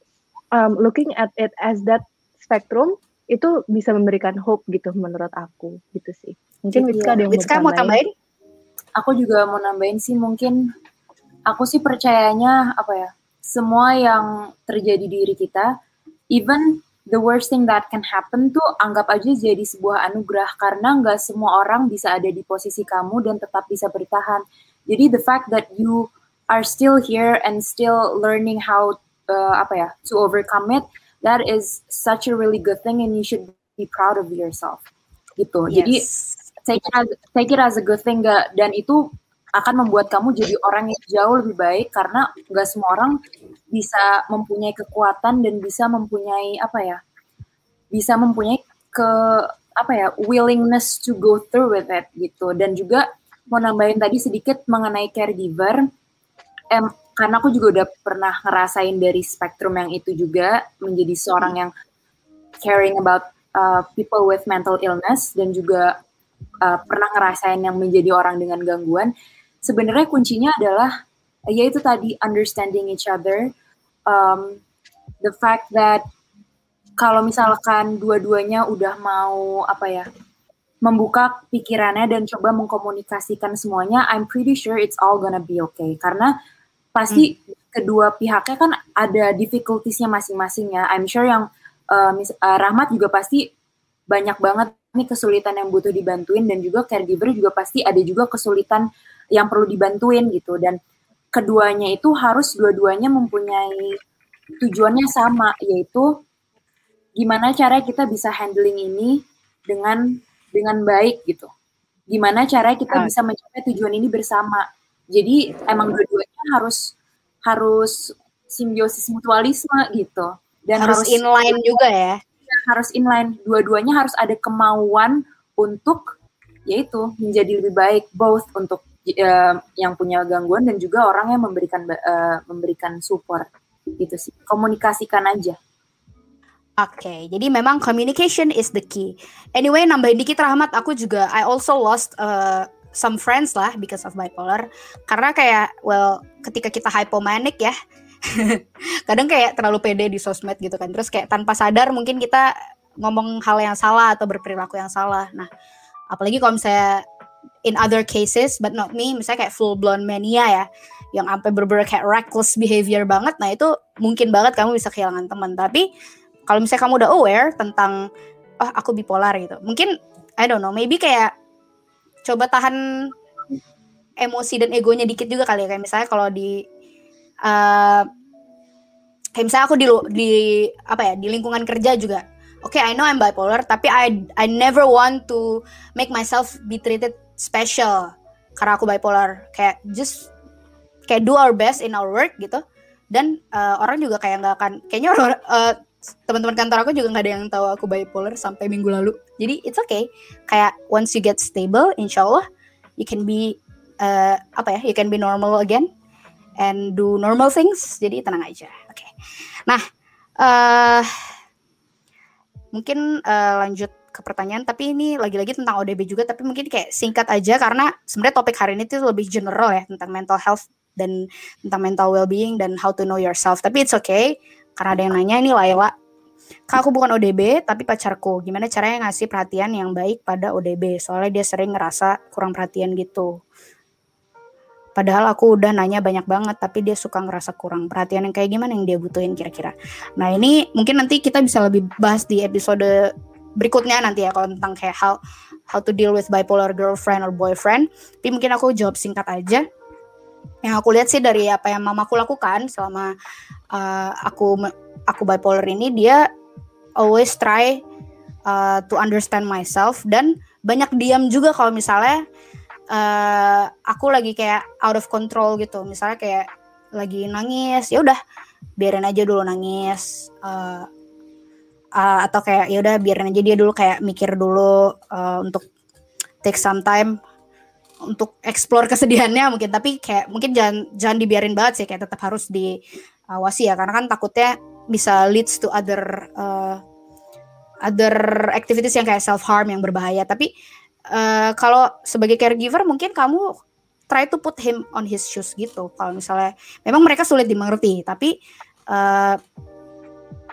um, looking at it as that spectrum itu bisa memberikan hope gitu menurut aku gitu sih. Mungkin Witzka ada yang Witzka mau tambahin? Aku juga mau nambahin sih, mungkin aku sih percayanya apa ya, semua yang terjadi di diri kita, even the worst thing that can happen tuh anggap aja jadi sebuah anugerah, karena nggak semua orang bisa ada di posisi kamu dan tetap bisa bertahan. Jadi the fact that you are still here and still learning how uh, apa ya to overcome it, that is such a really good thing and you should be proud of yourself gitu. Yes. Jadi take it as, take it as a good thing, gak, dan itu akan membuat kamu jadi orang yang jauh lebih baik, karena nggak semua orang bisa mempunyai kekuatan dan bisa mempunyai apa ya, bisa mempunyai ke apa ya willingness to go through with it gitu. Dan juga mau nambahin tadi sedikit mengenai caregiver, em, karena aku juga udah pernah ngerasain dari spektrum yang itu juga, menjadi seorang yang caring about uh, people with mental illness, dan juga uh, pernah ngerasain yang menjadi orang dengan gangguan. Sebenarnya kuncinya adalah yaitu tadi understanding each other, um, the fact that kalau misalkan dua-duanya udah mau apa ya membuka pikirannya dan coba mengkomunikasikan semuanya, I'm pretty sure it's all gonna be okay. Karena pasti hmm. kedua pihaknya kan ada difficulties-nya masing-masing ya. I'm sure yang uh, mis- uh, Rahmat juga pasti banyak banget nih kesulitan yang butuh dibantuin, dan juga caregiver juga pasti ada juga kesulitan yang perlu dibantuin gitu. Dan keduanya itu harus dua-duanya mempunyai tujuannya sama, yaitu gimana cara kita bisa handling ini dengan dengan baik gitu. Gimana cara kita bisa mencapai tujuan ini bersama. Jadi emang dua-duanya harus harus simbiosis mutualisme gitu. Dan harus, harus inline juga ya. Harus inline. Dua-duanya harus ada kemauan untuk yaitu menjadi lebih baik, both untuk uh, yang punya gangguan dan juga orang yang memberikan uh, memberikan support gitu sih. Komunikasikan aja. Oke, okay, jadi memang communication is the key. Anyway, nambahin dikit Rahmat, aku juga I also lost uh, some friends lah because of bipolar. Karena kayak, well, ketika kita hypomanic ya, kadang kayak terlalu pede di sosmed gitu kan. Terus kayak tanpa sadar mungkin kita ngomong hal yang salah atau berperilaku yang salah. Nah, apalagi kalau misalnya in other cases, but not me, misalnya kayak full blown mania ya, yang sampai bener-bener kayak reckless behavior banget. Nah itu mungkin banget kamu bisa kehilangan teman. Tapi kalau misalnya kamu udah aware tentang, oh aku bipolar gitu, mungkin I don't know, maybe kayak coba tahan emosi dan egonya dikit juga kali ya. Kayak misalnya kalau di uh, kayak misalnya aku di di apa ya di lingkungan kerja juga, oke okay, I know I'm bipolar, tapi I I never want to make myself be treated special karena aku bipolar. Kayak just kayak do our best in our work gitu. Dan uh, orang juga kayak nggak akan, kayaknya orang uh, teman-teman kantor aku juga nggak ada yang tahu aku bipolar sampai minggu lalu. Jadi it's okay. Kayak once you get stable, insya Allah you can be uh, apa ya, you can be normal again and do normal things. Jadi tenang aja. Oke. Okay. Nah, uh, mungkin uh, lanjut ke pertanyaan. Tapi ini lagi-lagi tentang O D B juga. Tapi mungkin kayak singkat aja karena sebenarnya topik hari ini tuh lebih general ya tentang mental health dan tentang mental well-being dan how to know yourself. Tapi it's okay. Karena ada yang nanya, ini Laila, Kak aku bukan O D B tapi pacarku, gimana caranya ngasih perhatian yang baik pada O D B? Soalnya dia sering ngerasa kurang perhatian gitu. Padahal aku udah nanya banyak banget, tapi dia suka ngerasa kurang perhatian. Yang kayak gimana yang dia butuhin kira-kira? Nah ini mungkin nanti kita bisa lebih bahas di episode berikutnya nanti ya, kalau tentang kayak how, how to deal with bipolar girlfriend or boyfriend. Tapi mungkin aku jawab singkat aja. Yang aku lihat sih dari apa yang mamaku lakukan selama uh, aku aku bipolar ini, dia always try uh, to understand myself dan banyak diam juga kalau misalnya uh, aku lagi kayak out of control gitu. Misalnya kayak lagi nangis, ya udah biarin aja dulu nangis. Uh, uh, atau kayak ya udah biarin aja dia dulu kayak mikir dulu uh, untuk take some time untuk explore kesedihannya mungkin, tapi kayak mungkin jangan jangan dibiarin banget sih, kayak tetap harus diawasi ya, karena kan takutnya bisa leads to other uh, other activities yang kayak self harm yang berbahaya. Tapi uh, kalau sebagai caregiver mungkin kamu try to put him on his shoes gitu. Kalau misalnya memang mereka sulit dimengerti, tapi uh,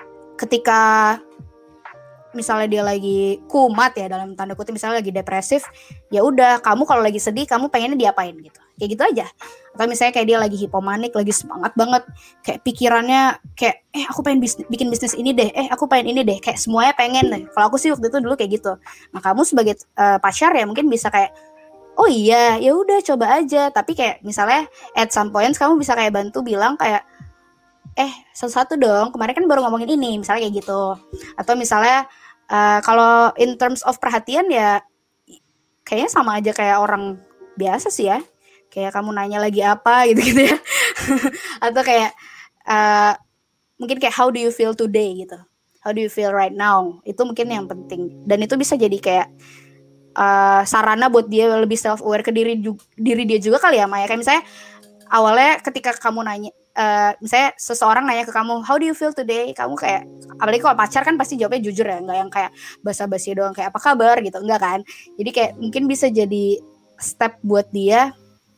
ketika misalnya dia lagi kumat ya dalam tanda kutip, misalnya lagi depresif, ya udah kamu kalau lagi sedih kamu pengennya diapain gitu, kayak gitu aja. Atau misalnya kayak dia lagi hipomanik, lagi semangat banget, kayak pikirannya kayak eh aku pengen bisnis, bikin bisnis ini deh, eh aku pengen ini deh, kayak semuanya pengen deh. Kalau aku sih waktu itu dulu kayak gitu. Nah kamu sebagai uh, pacar ya mungkin bisa kayak oh iya ya udah coba aja, tapi kayak misalnya at some point kamu bisa kayak bantu bilang kayak eh satu-satu dong, kemarin kan baru ngomongin ini, misalnya kayak gitu. Atau misalnya uh, kalau in terms of perhatian ya kayaknya sama aja kayak orang biasa sih ya, kayak kamu nanya lagi apa gitu-gitu ya. Atau kayak uh, mungkin kayak how do you feel today gitu, how do you feel right now, itu mungkin yang penting. Dan itu bisa jadi kayak uh, sarana buat dia lebih self aware ke diri diri dia juga kali ya Maya. Kayak misalnya awalnya ketika kamu nanya Uh, misalnya seseorang nanya ke kamu how do you feel today, kamu kayak apalagi kalau pacar kan pasti jawabnya jujur ya, nggak yang kayak basa-basi doang kayak apa kabar gitu, enggak kan. Jadi kayak mungkin bisa jadi step buat dia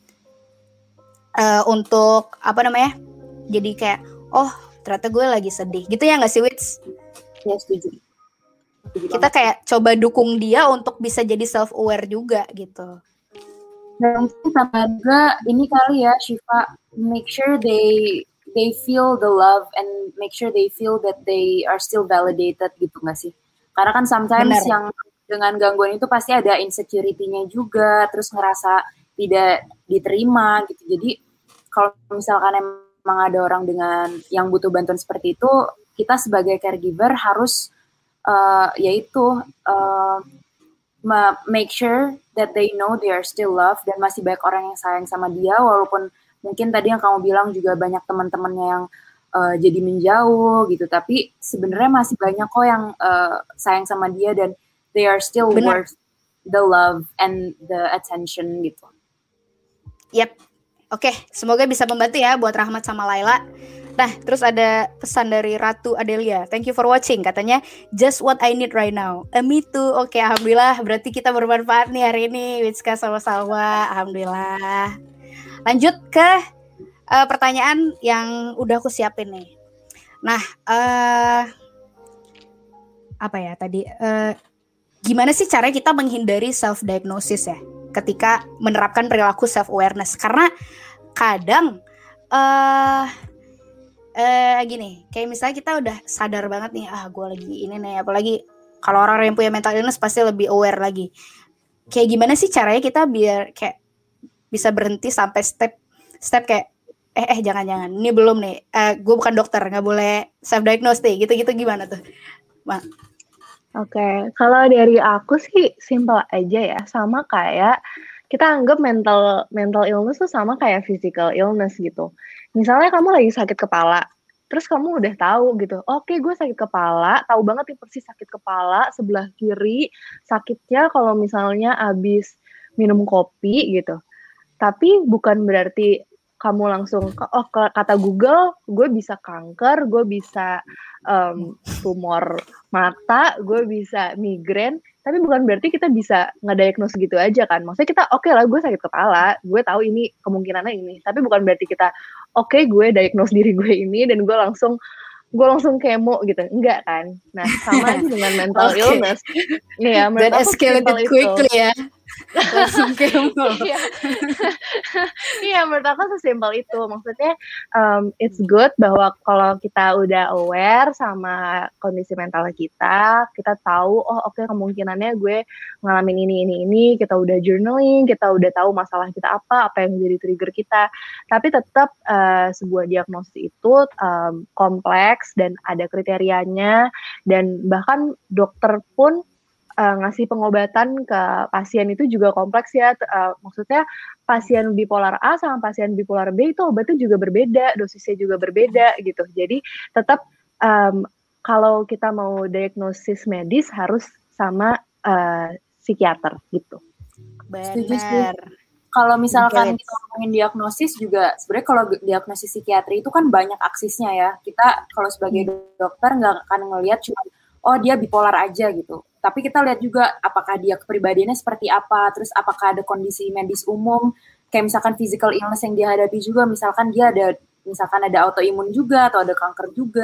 uh, untuk apa namanya, jadi kayak oh ternyata gue lagi sedih gitu ya, nggak sih Wits? Ya setuju. setuju Kita banget. kayak coba dukung dia untuk bisa jadi self aware juga gitu. Dan mungkin tambah juga ini kali ya Syifa, make sure they they feel the love and make sure they feel that they are still validated gitu nggak sih? Karena kan sometimes Bener. yang dengan gangguan itu pasti ada insecurity-nya juga, terus ngerasa tidak diterima gitu. Jadi kalau misalkan emang ada orang dengan yang butuh bantuan seperti itu, kita sebagai caregiver harus uh, yaitu uh, make sure that they know they are still loved, dan masih banyak orang yang sayang sama dia, walaupun mungkin tadi yang kamu bilang juga banyak teman-temannya yang uh, jadi menjauh gitu, tapi sebenarnya masih banyak kok yang uh, sayang sama dia dan they are still Bener. worth the love and the attention gitu. Yep. Oke, semoga bisa membantu ya buat Rahmat sama Laila. Nah, terus ada pesan dari Ratu Adelia. Thank you for watching. Katanya, just what I need right now. Eh, me too. Oke, alhamdulillah. Berarti kita bermanfaat nih hari ini. Witska sama-sama. Alhamdulillah. Lanjut ke uh, pertanyaan yang udah aku siapin nih. Nah, uh, apa ya tadi? Uh, gimana sih caranya kita menghindari self-diagnosis ya? Ketika menerapkan perilaku self-awareness. Karena kadang... Uh, Eh gini, kayak misalnya kita udah sadar banget nih, ah gue lagi ini nih, apalagi kalau orang yang punya mental illness pasti lebih aware lagi. Kayak gimana sih caranya kita biar kayak bisa berhenti sampai step step kayak eh eh jangan-jangan ini belum nih, eh, gue bukan dokter, nggak boleh self diagnose deh, gitu-gitu gimana tuh, Bang? Oke, okay. Kalau dari aku sih simple aja ya, sama kayak kita anggap mental mental illness tuh sama kayak physical illness gitu. Misalnya kamu lagi sakit kepala, terus kamu udah tahu gitu, oke okay, gue sakit kepala, tahu banget nih persis sakit kepala sebelah kiri, sakitnya kalau misalnya abis minum kopi gitu. Tapi bukan berarti kamu langsung, oh kata Google, gue bisa kanker, gue bisa um, tumor mata, gue bisa migrain, tapi bukan berarti kita bisa ngediagnos gitu aja kan. Maksudnya kita oke okay lah gue sakit kepala, gue tahu ini kemungkinannya ini, tapi bukan berarti kita oke okay, gue diagnose diri gue ini dan gue langsung gue langsung kemo gitu, enggak kan. Nah sama aja dengan mental okay. illness. Iya, menurut aku escalated quickly ya. Langsung kemo. Iya. Iya, menurut aku sesimpel itu. Maksudnya um, it's good bahwa kalau kita udah aware sama kondisi mental kita, kita tahu oh oke okay, kemungkinannya gue ngalamin ini ini ini, kita udah journaling, kita udah tahu masalah kita apa, apa yang jadi trigger kita. Tapi tetap uh, sebuah diagnosis itu um, kompleks dan ada kriterianya, dan bahkan dokter pun Uh, ngasih pengobatan ke pasien itu juga kompleks ya. Uh, maksudnya pasien bipolar A sama pasien bipolar B itu obatnya juga berbeda, dosisnya juga berbeda gitu. Jadi tetap um, kalau kita mau diagnosis medis harus sama uh, psikiater gitu. Benar. Kalau misalkan kita ngomongin diagnosis juga, sebenarnya kalau diagnosis psikiatri itu kan banyak aksesnya ya. Kita kalau sebagai dokter nggak akan ngelihat cuma oh dia bipolar aja gitu. Tapi kita lihat juga apakah dia kepribadiannya seperti apa, terus apakah ada kondisi medis umum, kayak misalkan physical illness yang dihadapi juga, misalkan dia ada, misalkan ada autoimun juga, atau ada kanker juga,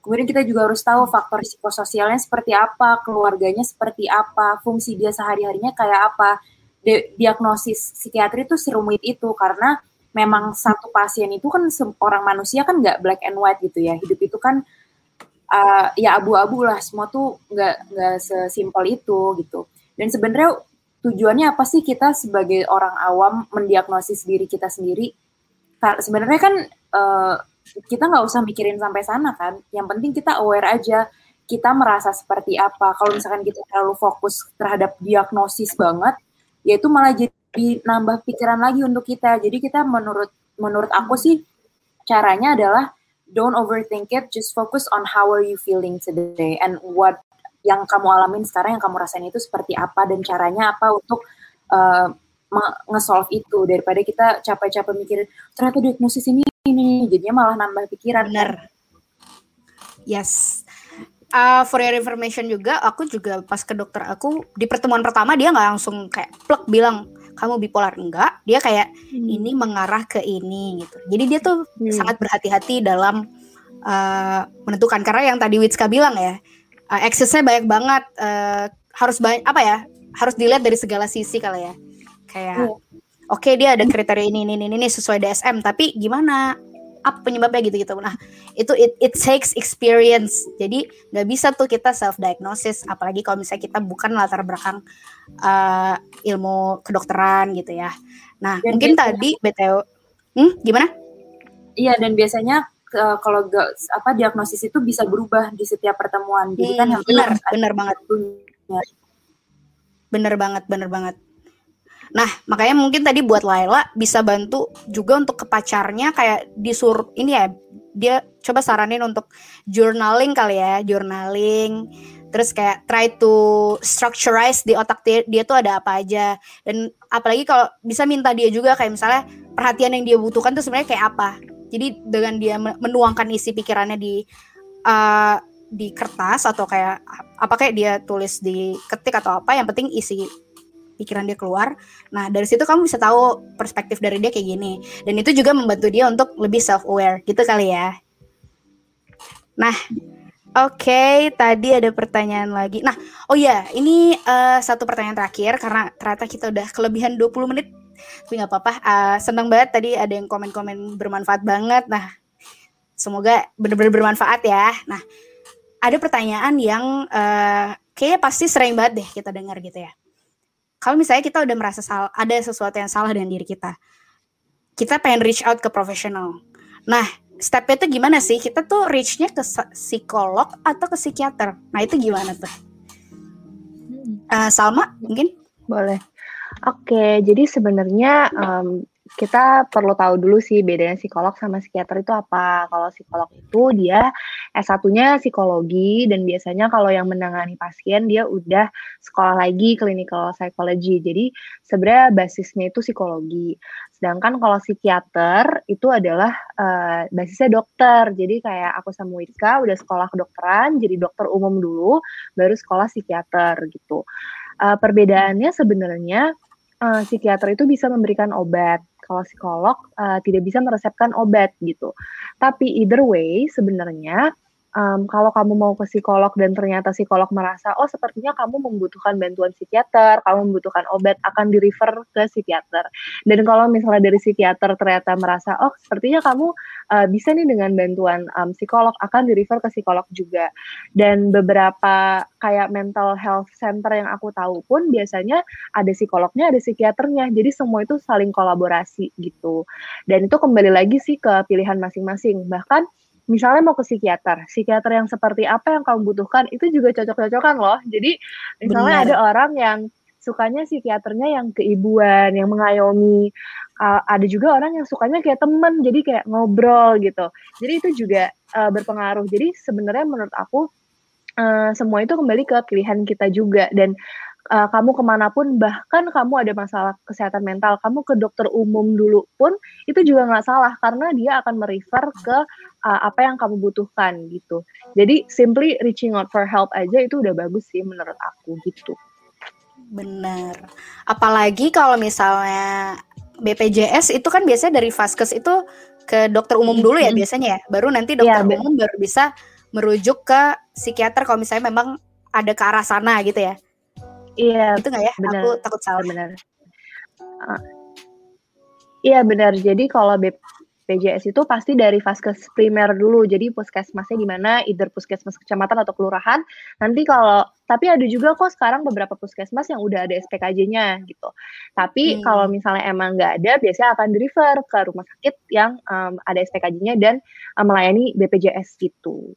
Kemudian kita juga harus tahu faktor psikososialnya seperti apa, keluarganya seperti apa, fungsi dia sehari-harinya kayak apa. Di- diagnosis psikiatri itu serumit itu karena memang satu pasien itu kan orang manusia kan nggak black and white gitu ya. Hidup itu kan uh, ya abu-abu lah, semua tuh nggak nggak sesimpel itu gitu. Dan sebenarnya tujuannya apa sih kita sebagai orang awam mendiagnosis diri kita sendiri? Sebenarnya kan uh, kita nggak usah mikirin sampai sana kan. Yang penting kita aware aja, kita merasa seperti apa. Kalau misalkan kita terlalu fokus terhadap diagnosis banget, ya itu malah jadi nambah pikiran lagi untuk kita. Jadi kita menurut menurut aku sih caranya adalah don't overthink it, just focus on how are you feeling today and what yang kamu alamin sekarang, yang kamu rasain itu seperti apa dan caranya apa untuk uh, nge-solve itu, daripada kita capek-capek mikir ternyata diagnosis ini ini jadinya malah nambah pikiran. Bener. Yes. Uh, for your information juga, aku juga pas ke dokter aku di pertemuan pertama dia nggak langsung kayak plek bilang kamu bipolar, enggak. Dia kayak hmm. ini mengarah ke ini gitu. Jadi dia tuh hmm. sangat berhati-hati dalam uh, menentukan, karena yang tadi Witska bilang ya, uh, eksesnya banyak banget, uh, harus banyak apa ya? Harus dilihat dari segala sisi kali ya. Kayak hmm. oke okay, dia ada kriteria ini ini ini, ini sesuai D S M, tapi gimana? Apa penyebabnya gitu-gitu. Nah, itu it, it takes experience. Jadi nggak bisa tuh kita self diagnosis, apalagi kalau misalnya kita bukan latar belakang uh, ilmu kedokteran gitu ya. Nah, dan mungkin biasanya, tadi B T W hmm, gimana? Iya, dan biasanya uh, kalau gak, apa diagnosis itu bisa berubah di setiap pertemuan. Jadi hmm, kan yang benar, benar banget. Benar banget, benar banget. Nah, makanya mungkin tadi buat Laila bisa bantu juga untuk ke pacarnya, kayak disuruh ini ya, dia coba saranin untuk journaling kali ya, journaling. Terus kayak try to structurize di otak dia, dia tuh ada apa aja. Dan apalagi kalau bisa minta dia juga kayak misalnya perhatian yang dia butuhkan tuh sebenarnya kayak apa. Jadi dengan dia menuangkan isi pikirannya di uh, di kertas atau kayak apa, kayak dia tulis di ketik atau apa, yang penting isi pikiran dia keluar. Nah, dari situ kamu bisa tahu perspektif dari dia kayak gini. Dan itu juga membantu dia untuk lebih self-aware gitu kali ya. Nah, oke, okay, tadi ada pertanyaan lagi. Nah, oh ya, ini uh, satu pertanyaan terakhir karena ternyata kita udah kelebihan dua puluh menit. Tapi gak apa-apa, uh, senang banget tadi ada yang komen-komen bermanfaat banget. Nah, semoga benar-benar bermanfaat ya. Nah, ada pertanyaan yang uh, kayaknya pasti sering banget deh kita dengar gitu ya. Kalau misalnya kita udah merasa salah, ada sesuatu yang salah dengan diri kita, kita pengen reach out ke profesional. Nah, stepnya tuh gimana sih? Kita tuh reach-nya ke psikolog atau ke psikiater? Nah, itu gimana tuh? Uh, Salma, mungkin? Boleh. Oke, jadi sebenarnya um, kita perlu tahu dulu sih bedanya psikolog sama psikiater itu apa. Kalau psikolog itu dia S satunya psikologi, dan biasanya kalau yang menangani pasien dia udah sekolah lagi clinical psychology. Jadi sebenarnya basisnya itu psikologi. Sedangkan kalau psikiater itu adalah uh, basisnya dokter. Jadi kayak aku sama Witska udah sekolah kedokteran, jadi dokter umum dulu, baru sekolah psikiater gitu. Uh, perbedaannya sebenarnya uh, psikiater itu bisa memberikan obat. Kalau psikolog uh, tidak bisa meresepkan obat gitu. Tapi either way sebenarnya um, kalau kamu mau ke psikolog dan ternyata psikolog merasa oh sepertinya kamu membutuhkan bantuan psikiater, kamu membutuhkan obat, akan di-refer ke psikiater. Dan kalau misalnya dari psikiater ternyata merasa oh sepertinya kamu uh, bisa nih dengan bantuan um, psikolog, akan di-refer ke psikolog juga. Dan beberapa kayak mental health center yang aku tahu pun biasanya ada psikolognya, ada psikiaternya. Jadi semua itu saling kolaborasi gitu. Dan itu kembali lagi sih ke pilihan masing-masing. Bahkan misalnya mau ke psikiater, psikiater yang seperti apa yang kamu butuhkan itu juga cocok-cocokan loh. Jadi misalnya Benar. Ada orang yang sukanya psikiaternya yang keibuan, yang mengayomi. Uh, ada juga orang yang sukanya kayak teman, jadi kayak ngobrol gitu. Jadi itu juga uh, berpengaruh. Jadi sebenarnya menurut aku Uh, semua itu kembali ke pilihan kita juga. Dan uh, kamu kemanapun, bahkan kamu ada masalah kesehatan mental, kamu ke dokter umum dulu pun itu juga nggak salah, karena dia akan merefer ke uh, apa yang kamu butuhkan gitu. Jadi simply reaching out for help aja itu udah bagus sih menurut aku gitu. Bener. Apalagi kalau misalnya B P J S itu kan biasanya dari Vaskes itu ke dokter umum dulu ya biasanya ya, baru nanti dokter ya, umum baru bisa merujuk ke psikiater kalau misalnya memang ada ke arah sana gitu ya. Iya. Itu nggak ya? Benar, Aku takut salah. Benar. Uh, iya benar. Jadi kalau B P J S itu pasti dari vaskes primer dulu. Jadi puskesmasnya di mana, either puskesmas kecamatan atau kelurahan. Nanti kalau tapi ada juga kok sekarang beberapa puskesmas yang udah ada S P K J-nya gitu. Tapi hmm. kalau misalnya emang nggak ada, biasanya akan di-refer ke rumah sakit yang um, ada S P K J-nya dan um, melayani B P J S gitu.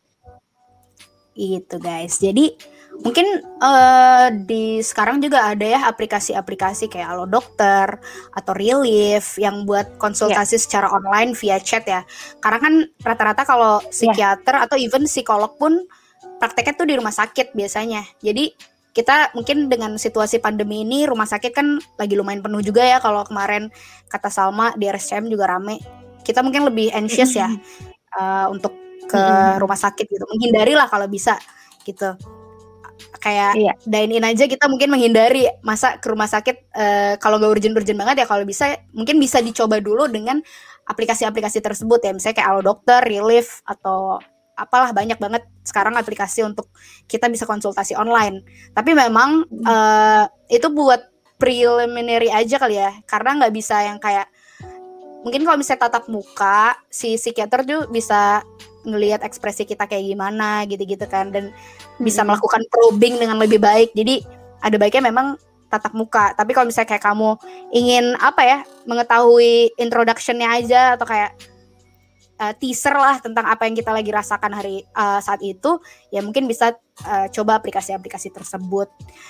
Gitu guys. Jadi mungkin uh, di sekarang juga ada ya aplikasi-aplikasi kayak Halo Dokter atau Relief yang buat konsultasi yeah. secara online via chat ya. Karena kan rata-rata kalau psikiater yeah. atau even psikolog pun prakteknya tuh di rumah sakit biasanya. Jadi kita mungkin dengan situasi pandemi ini rumah sakit kan lagi lumayan penuh juga ya. Kalau kemarin kata Salma di R S C M juga rame. Kita mungkin lebih anxious ya uh, untuk ke rumah sakit gitu. Menghindari lah kalau bisa gitu. Kayak iya. dine in aja kita mungkin menghindari, masa ke rumah sakit uh, kalau nggak urgent-urgent banget ya, kalau bisa mungkin bisa dicoba dulu dengan aplikasi-aplikasi tersebut ya, misalnya kayak Halo Dokter, Relief atau apalah, banyak banget sekarang aplikasi untuk kita bisa konsultasi online. Tapi memang hmm. uh, itu buat preliminary aja kali ya, karena nggak bisa yang kayak mungkin kalau misalnya tatap muka si psikiater tuh bisa ngelihat ekspresi kita kayak gimana gitu-gitu kan, dan hmm. bisa melakukan probing dengan lebih baik. Jadi ada baiknya memang tatap muka. Tapi kalau misalnya kayak kamu ingin apa ya, mengetahui introduction-nya aja atau kayak uh, teaser lah tentang apa yang kita lagi rasakan hari uh, saat itu, ya mungkin bisa uh, coba aplikasi-aplikasi tersebut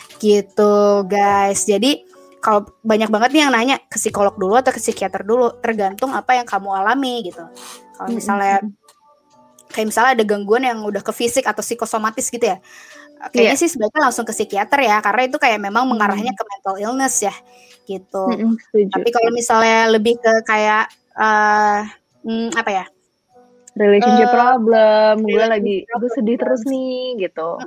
gitu guys. Jadi kalau banyak banget nih yang nanya ke psikolog dulu atau ke psikiater dulu, tergantung apa yang kamu alami gitu. Kalau misalnya hmm. kayak misalnya ada gangguan yang udah ke fisik atau psikosomatis gitu ya, kayaknya yeah. sih sebaiknya langsung ke psikiater ya, karena itu kayak memang mengarahnya ke mental illness ya gitu. Mm-hmm, tapi kalau misalnya lebih ke kayak uh, hmm, apa ya, relationship uh, problem, gue lagi gue sedih terus nih gitu.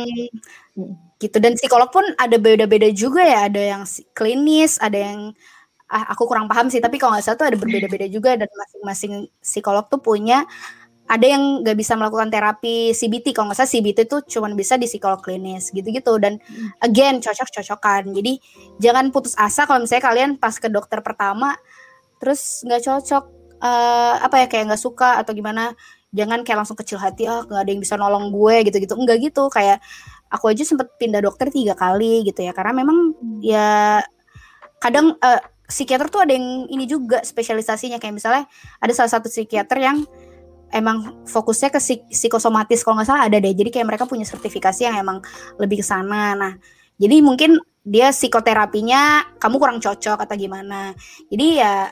Mm-hmm. gitu. Dan psikolog pun ada beda-beda juga ya, ada yang klinis, ada yang ah, aku kurang paham sih, tapi kalau nggak salah tuh ada berbeda-beda juga, dan masing-masing psikolog tuh punya, ada yang nggak bisa melakukan terapi C B T, kalau nggak salah C B T tuh cuma bisa di psikolog klinis gitu-gitu. Dan again cocok-cocokan. Jadi jangan putus asa kalau misalnya kalian pas ke dokter pertama terus nggak cocok, uh, apa ya, kayak nggak suka atau gimana. Jangan kayak langsung kecil hati, ah nggak ada yang bisa nolong gue gitu-gitu. Enggak gitu. Kayak aku aja sempet pindah dokter tiga kali gitu ya, karena memang ya kadang uh, psikiater tuh ada yang ini juga spesialisasinya. Kayak misalnya ada salah satu psikiater yang emang fokusnya ke psik- psikosomatis, kalau nggak salah ada deh. Jadi kayak mereka punya sertifikasi yang emang lebih ke sana. Nah, jadi mungkin dia psikoterapinya kamu kurang cocok atau gimana. Jadi ya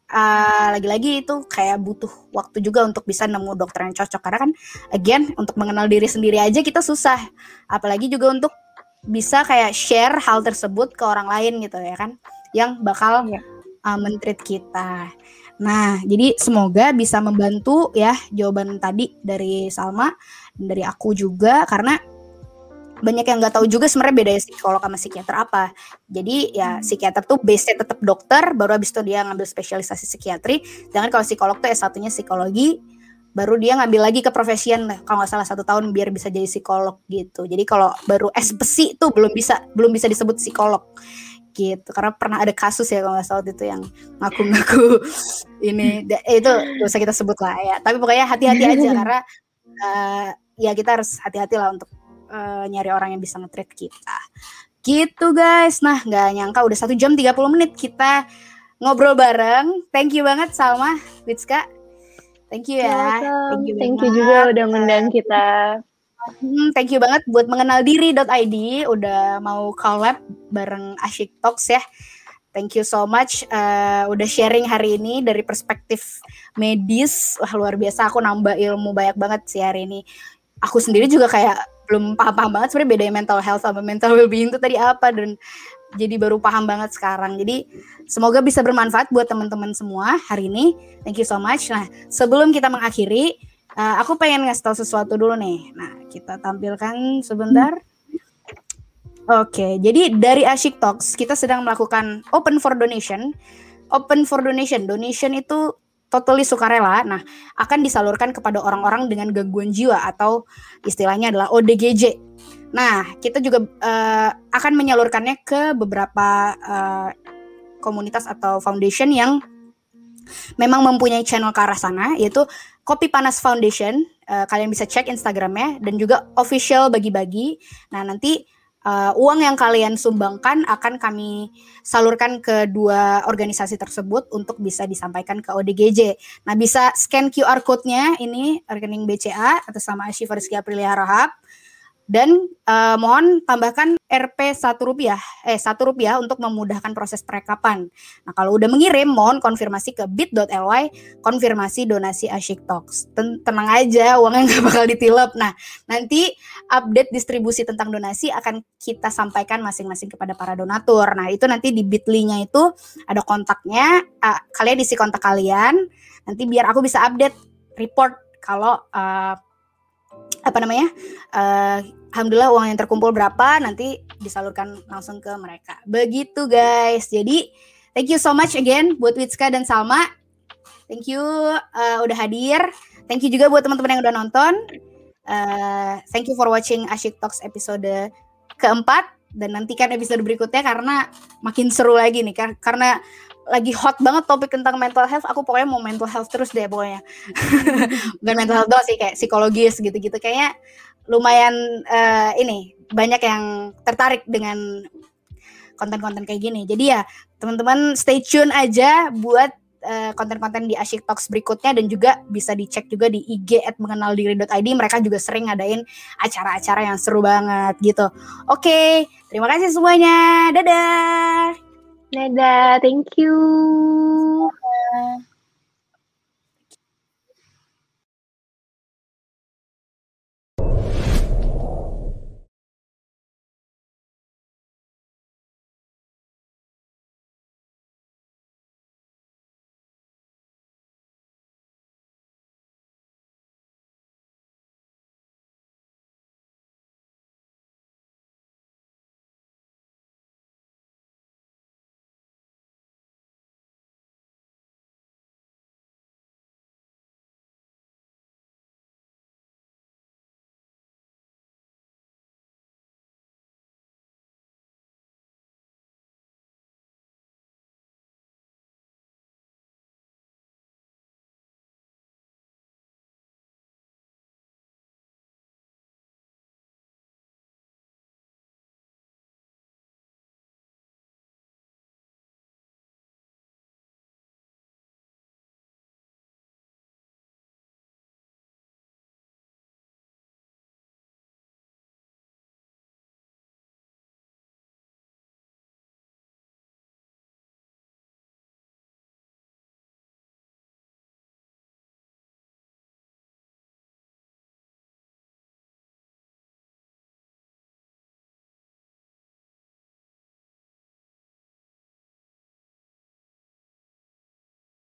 uh, lagi-lagi itu kayak butuh waktu juga untuk bisa nemu dokter yang cocok. Karena kan again untuk mengenal diri sendiri aja kita susah. Apalagi juga untuk bisa kayak share hal tersebut ke orang lain gitu ya kan, yang bakal uh, men-treat kita. Nah, jadi semoga bisa membantu ya jawaban tadi dari Salma dan dari aku juga, karena banyak yang nggak tahu juga sebenarnya bedanya psikolog sama psikiater apa. Jadi ya psikiater tuh base-nya tetap dokter, baru habis itu dia ngambil spesialisasi psikiatri. Sedangkan kalau psikolog tuh S satunya psikologi, baru dia ngambil lagi ke profesion, kalau nggak salah satu tahun biar bisa jadi psikolog gitu. Jadi kalau baru S Psi tuh belum bisa belum bisa disebut psikolog gitu, karena pernah ada kasus ya kalau nggak salah itu yang ngaku-ngaku ini, eh, itu gak usah kita sebut lah ya, tapi pokoknya hati-hati aja karena uh, ya kita harus hati-hati lah untuk uh, nyari orang yang bisa nge-treat kita gitu guys. Nah nggak nyangka udah satu jam tiga puluh menit kita ngobrol bareng. Thank you banget Salma, Witska, thank you ya. Thank you, thank you juga udah ngundang kita. Hmm, thank you banget buat mengenal diri dot I D udah mau collab bareng Asyik Talks ya. Thank you so much uh, udah sharing hari ini dari perspektif medis. Wah luar biasa, aku nambah ilmu banyak banget sih hari ini. Aku sendiri juga kayak belum paham-paham banget sebenarnya bedanya mental health sama mental well-being itu tadi apa, dan jadi baru paham banget sekarang. Jadi semoga bisa bermanfaat buat teman-teman semua hari ini. Thank you so much. Nah sebelum kita mengakhiri, Uh, aku pengen ngasih tahu sesuatu dulu nih. Nah, kita tampilkan sebentar. Oke, okay, jadi dari Asyik Talks kita sedang melakukan open for donation. Open for donation. Donation itu totally sukarela, nah akan disalurkan kepada orang-orang dengan gangguan jiwa atau istilahnya adalah O D G J. Nah, kita juga uh, akan menyalurkannya ke beberapa uh, komunitas atau foundation yang memang mempunyai channel ke arah sana, yaitu Kopi Panas Foundation. Uh, kalian bisa cek Instagramnya dan juga official bagi-bagi. Nah, nanti Uh, uang yang kalian sumbangkan akan kami salurkan ke dua organisasi tersebut untuk bisa disampaikan ke O D G J. Nah, bisa scan Q R code-nya, ini rekening B C A atas nama Asyifa Rizky Aprilia Rahab. Dan uh, mohon tambahkan R P satu rupiah, eh satu rupiah untuk memudahkan proses perekapan. Nah, kalau udah mengirim, mohon konfirmasi ke bit.ly konfirmasi donasi Asyik Talks. Ten- tenang aja, uangnya nggak bakal ditilep. Nah, nanti update distribusi tentang donasi akan kita sampaikan masing-masing kepada para donatur. Nah, itu nanti di bit.ly-nya itu ada kontaknya. Uh, kalian isi kontak kalian. Nanti biar aku bisa update report kalau uh, apa namanya, uh, alhamdulillah uang yang terkumpul berapa, nanti disalurkan langsung ke mereka. Begitu guys. Jadi thank you so much again buat Witska dan Salma. Thank you uh, udah hadir. Thank you juga buat teman-teman yang udah nonton. Uh, thank you for watching Asyik Talks episode keempat. Dan nantikan episode berikutnya karena makin seru lagi nih. Kar- karena lagi hot banget topik tentang mental health. Aku pokoknya mau mental health terus deh pokoknya. Bukan mental health doang sih, kayak psikologis gitu-gitu. Kayaknya lumayan uh, ini banyak yang tertarik dengan konten-konten kayak gini. Jadi ya teman-teman stay tune aja buat uh, konten-konten di Asyik Talks berikutnya. Dan juga bisa dicek juga di I G at mengenaldiri dot i d. Mereka juga sering ngadain acara-acara yang seru banget gitu. Oke, terima kasih semuanya. Dadah. Dadah, thank you.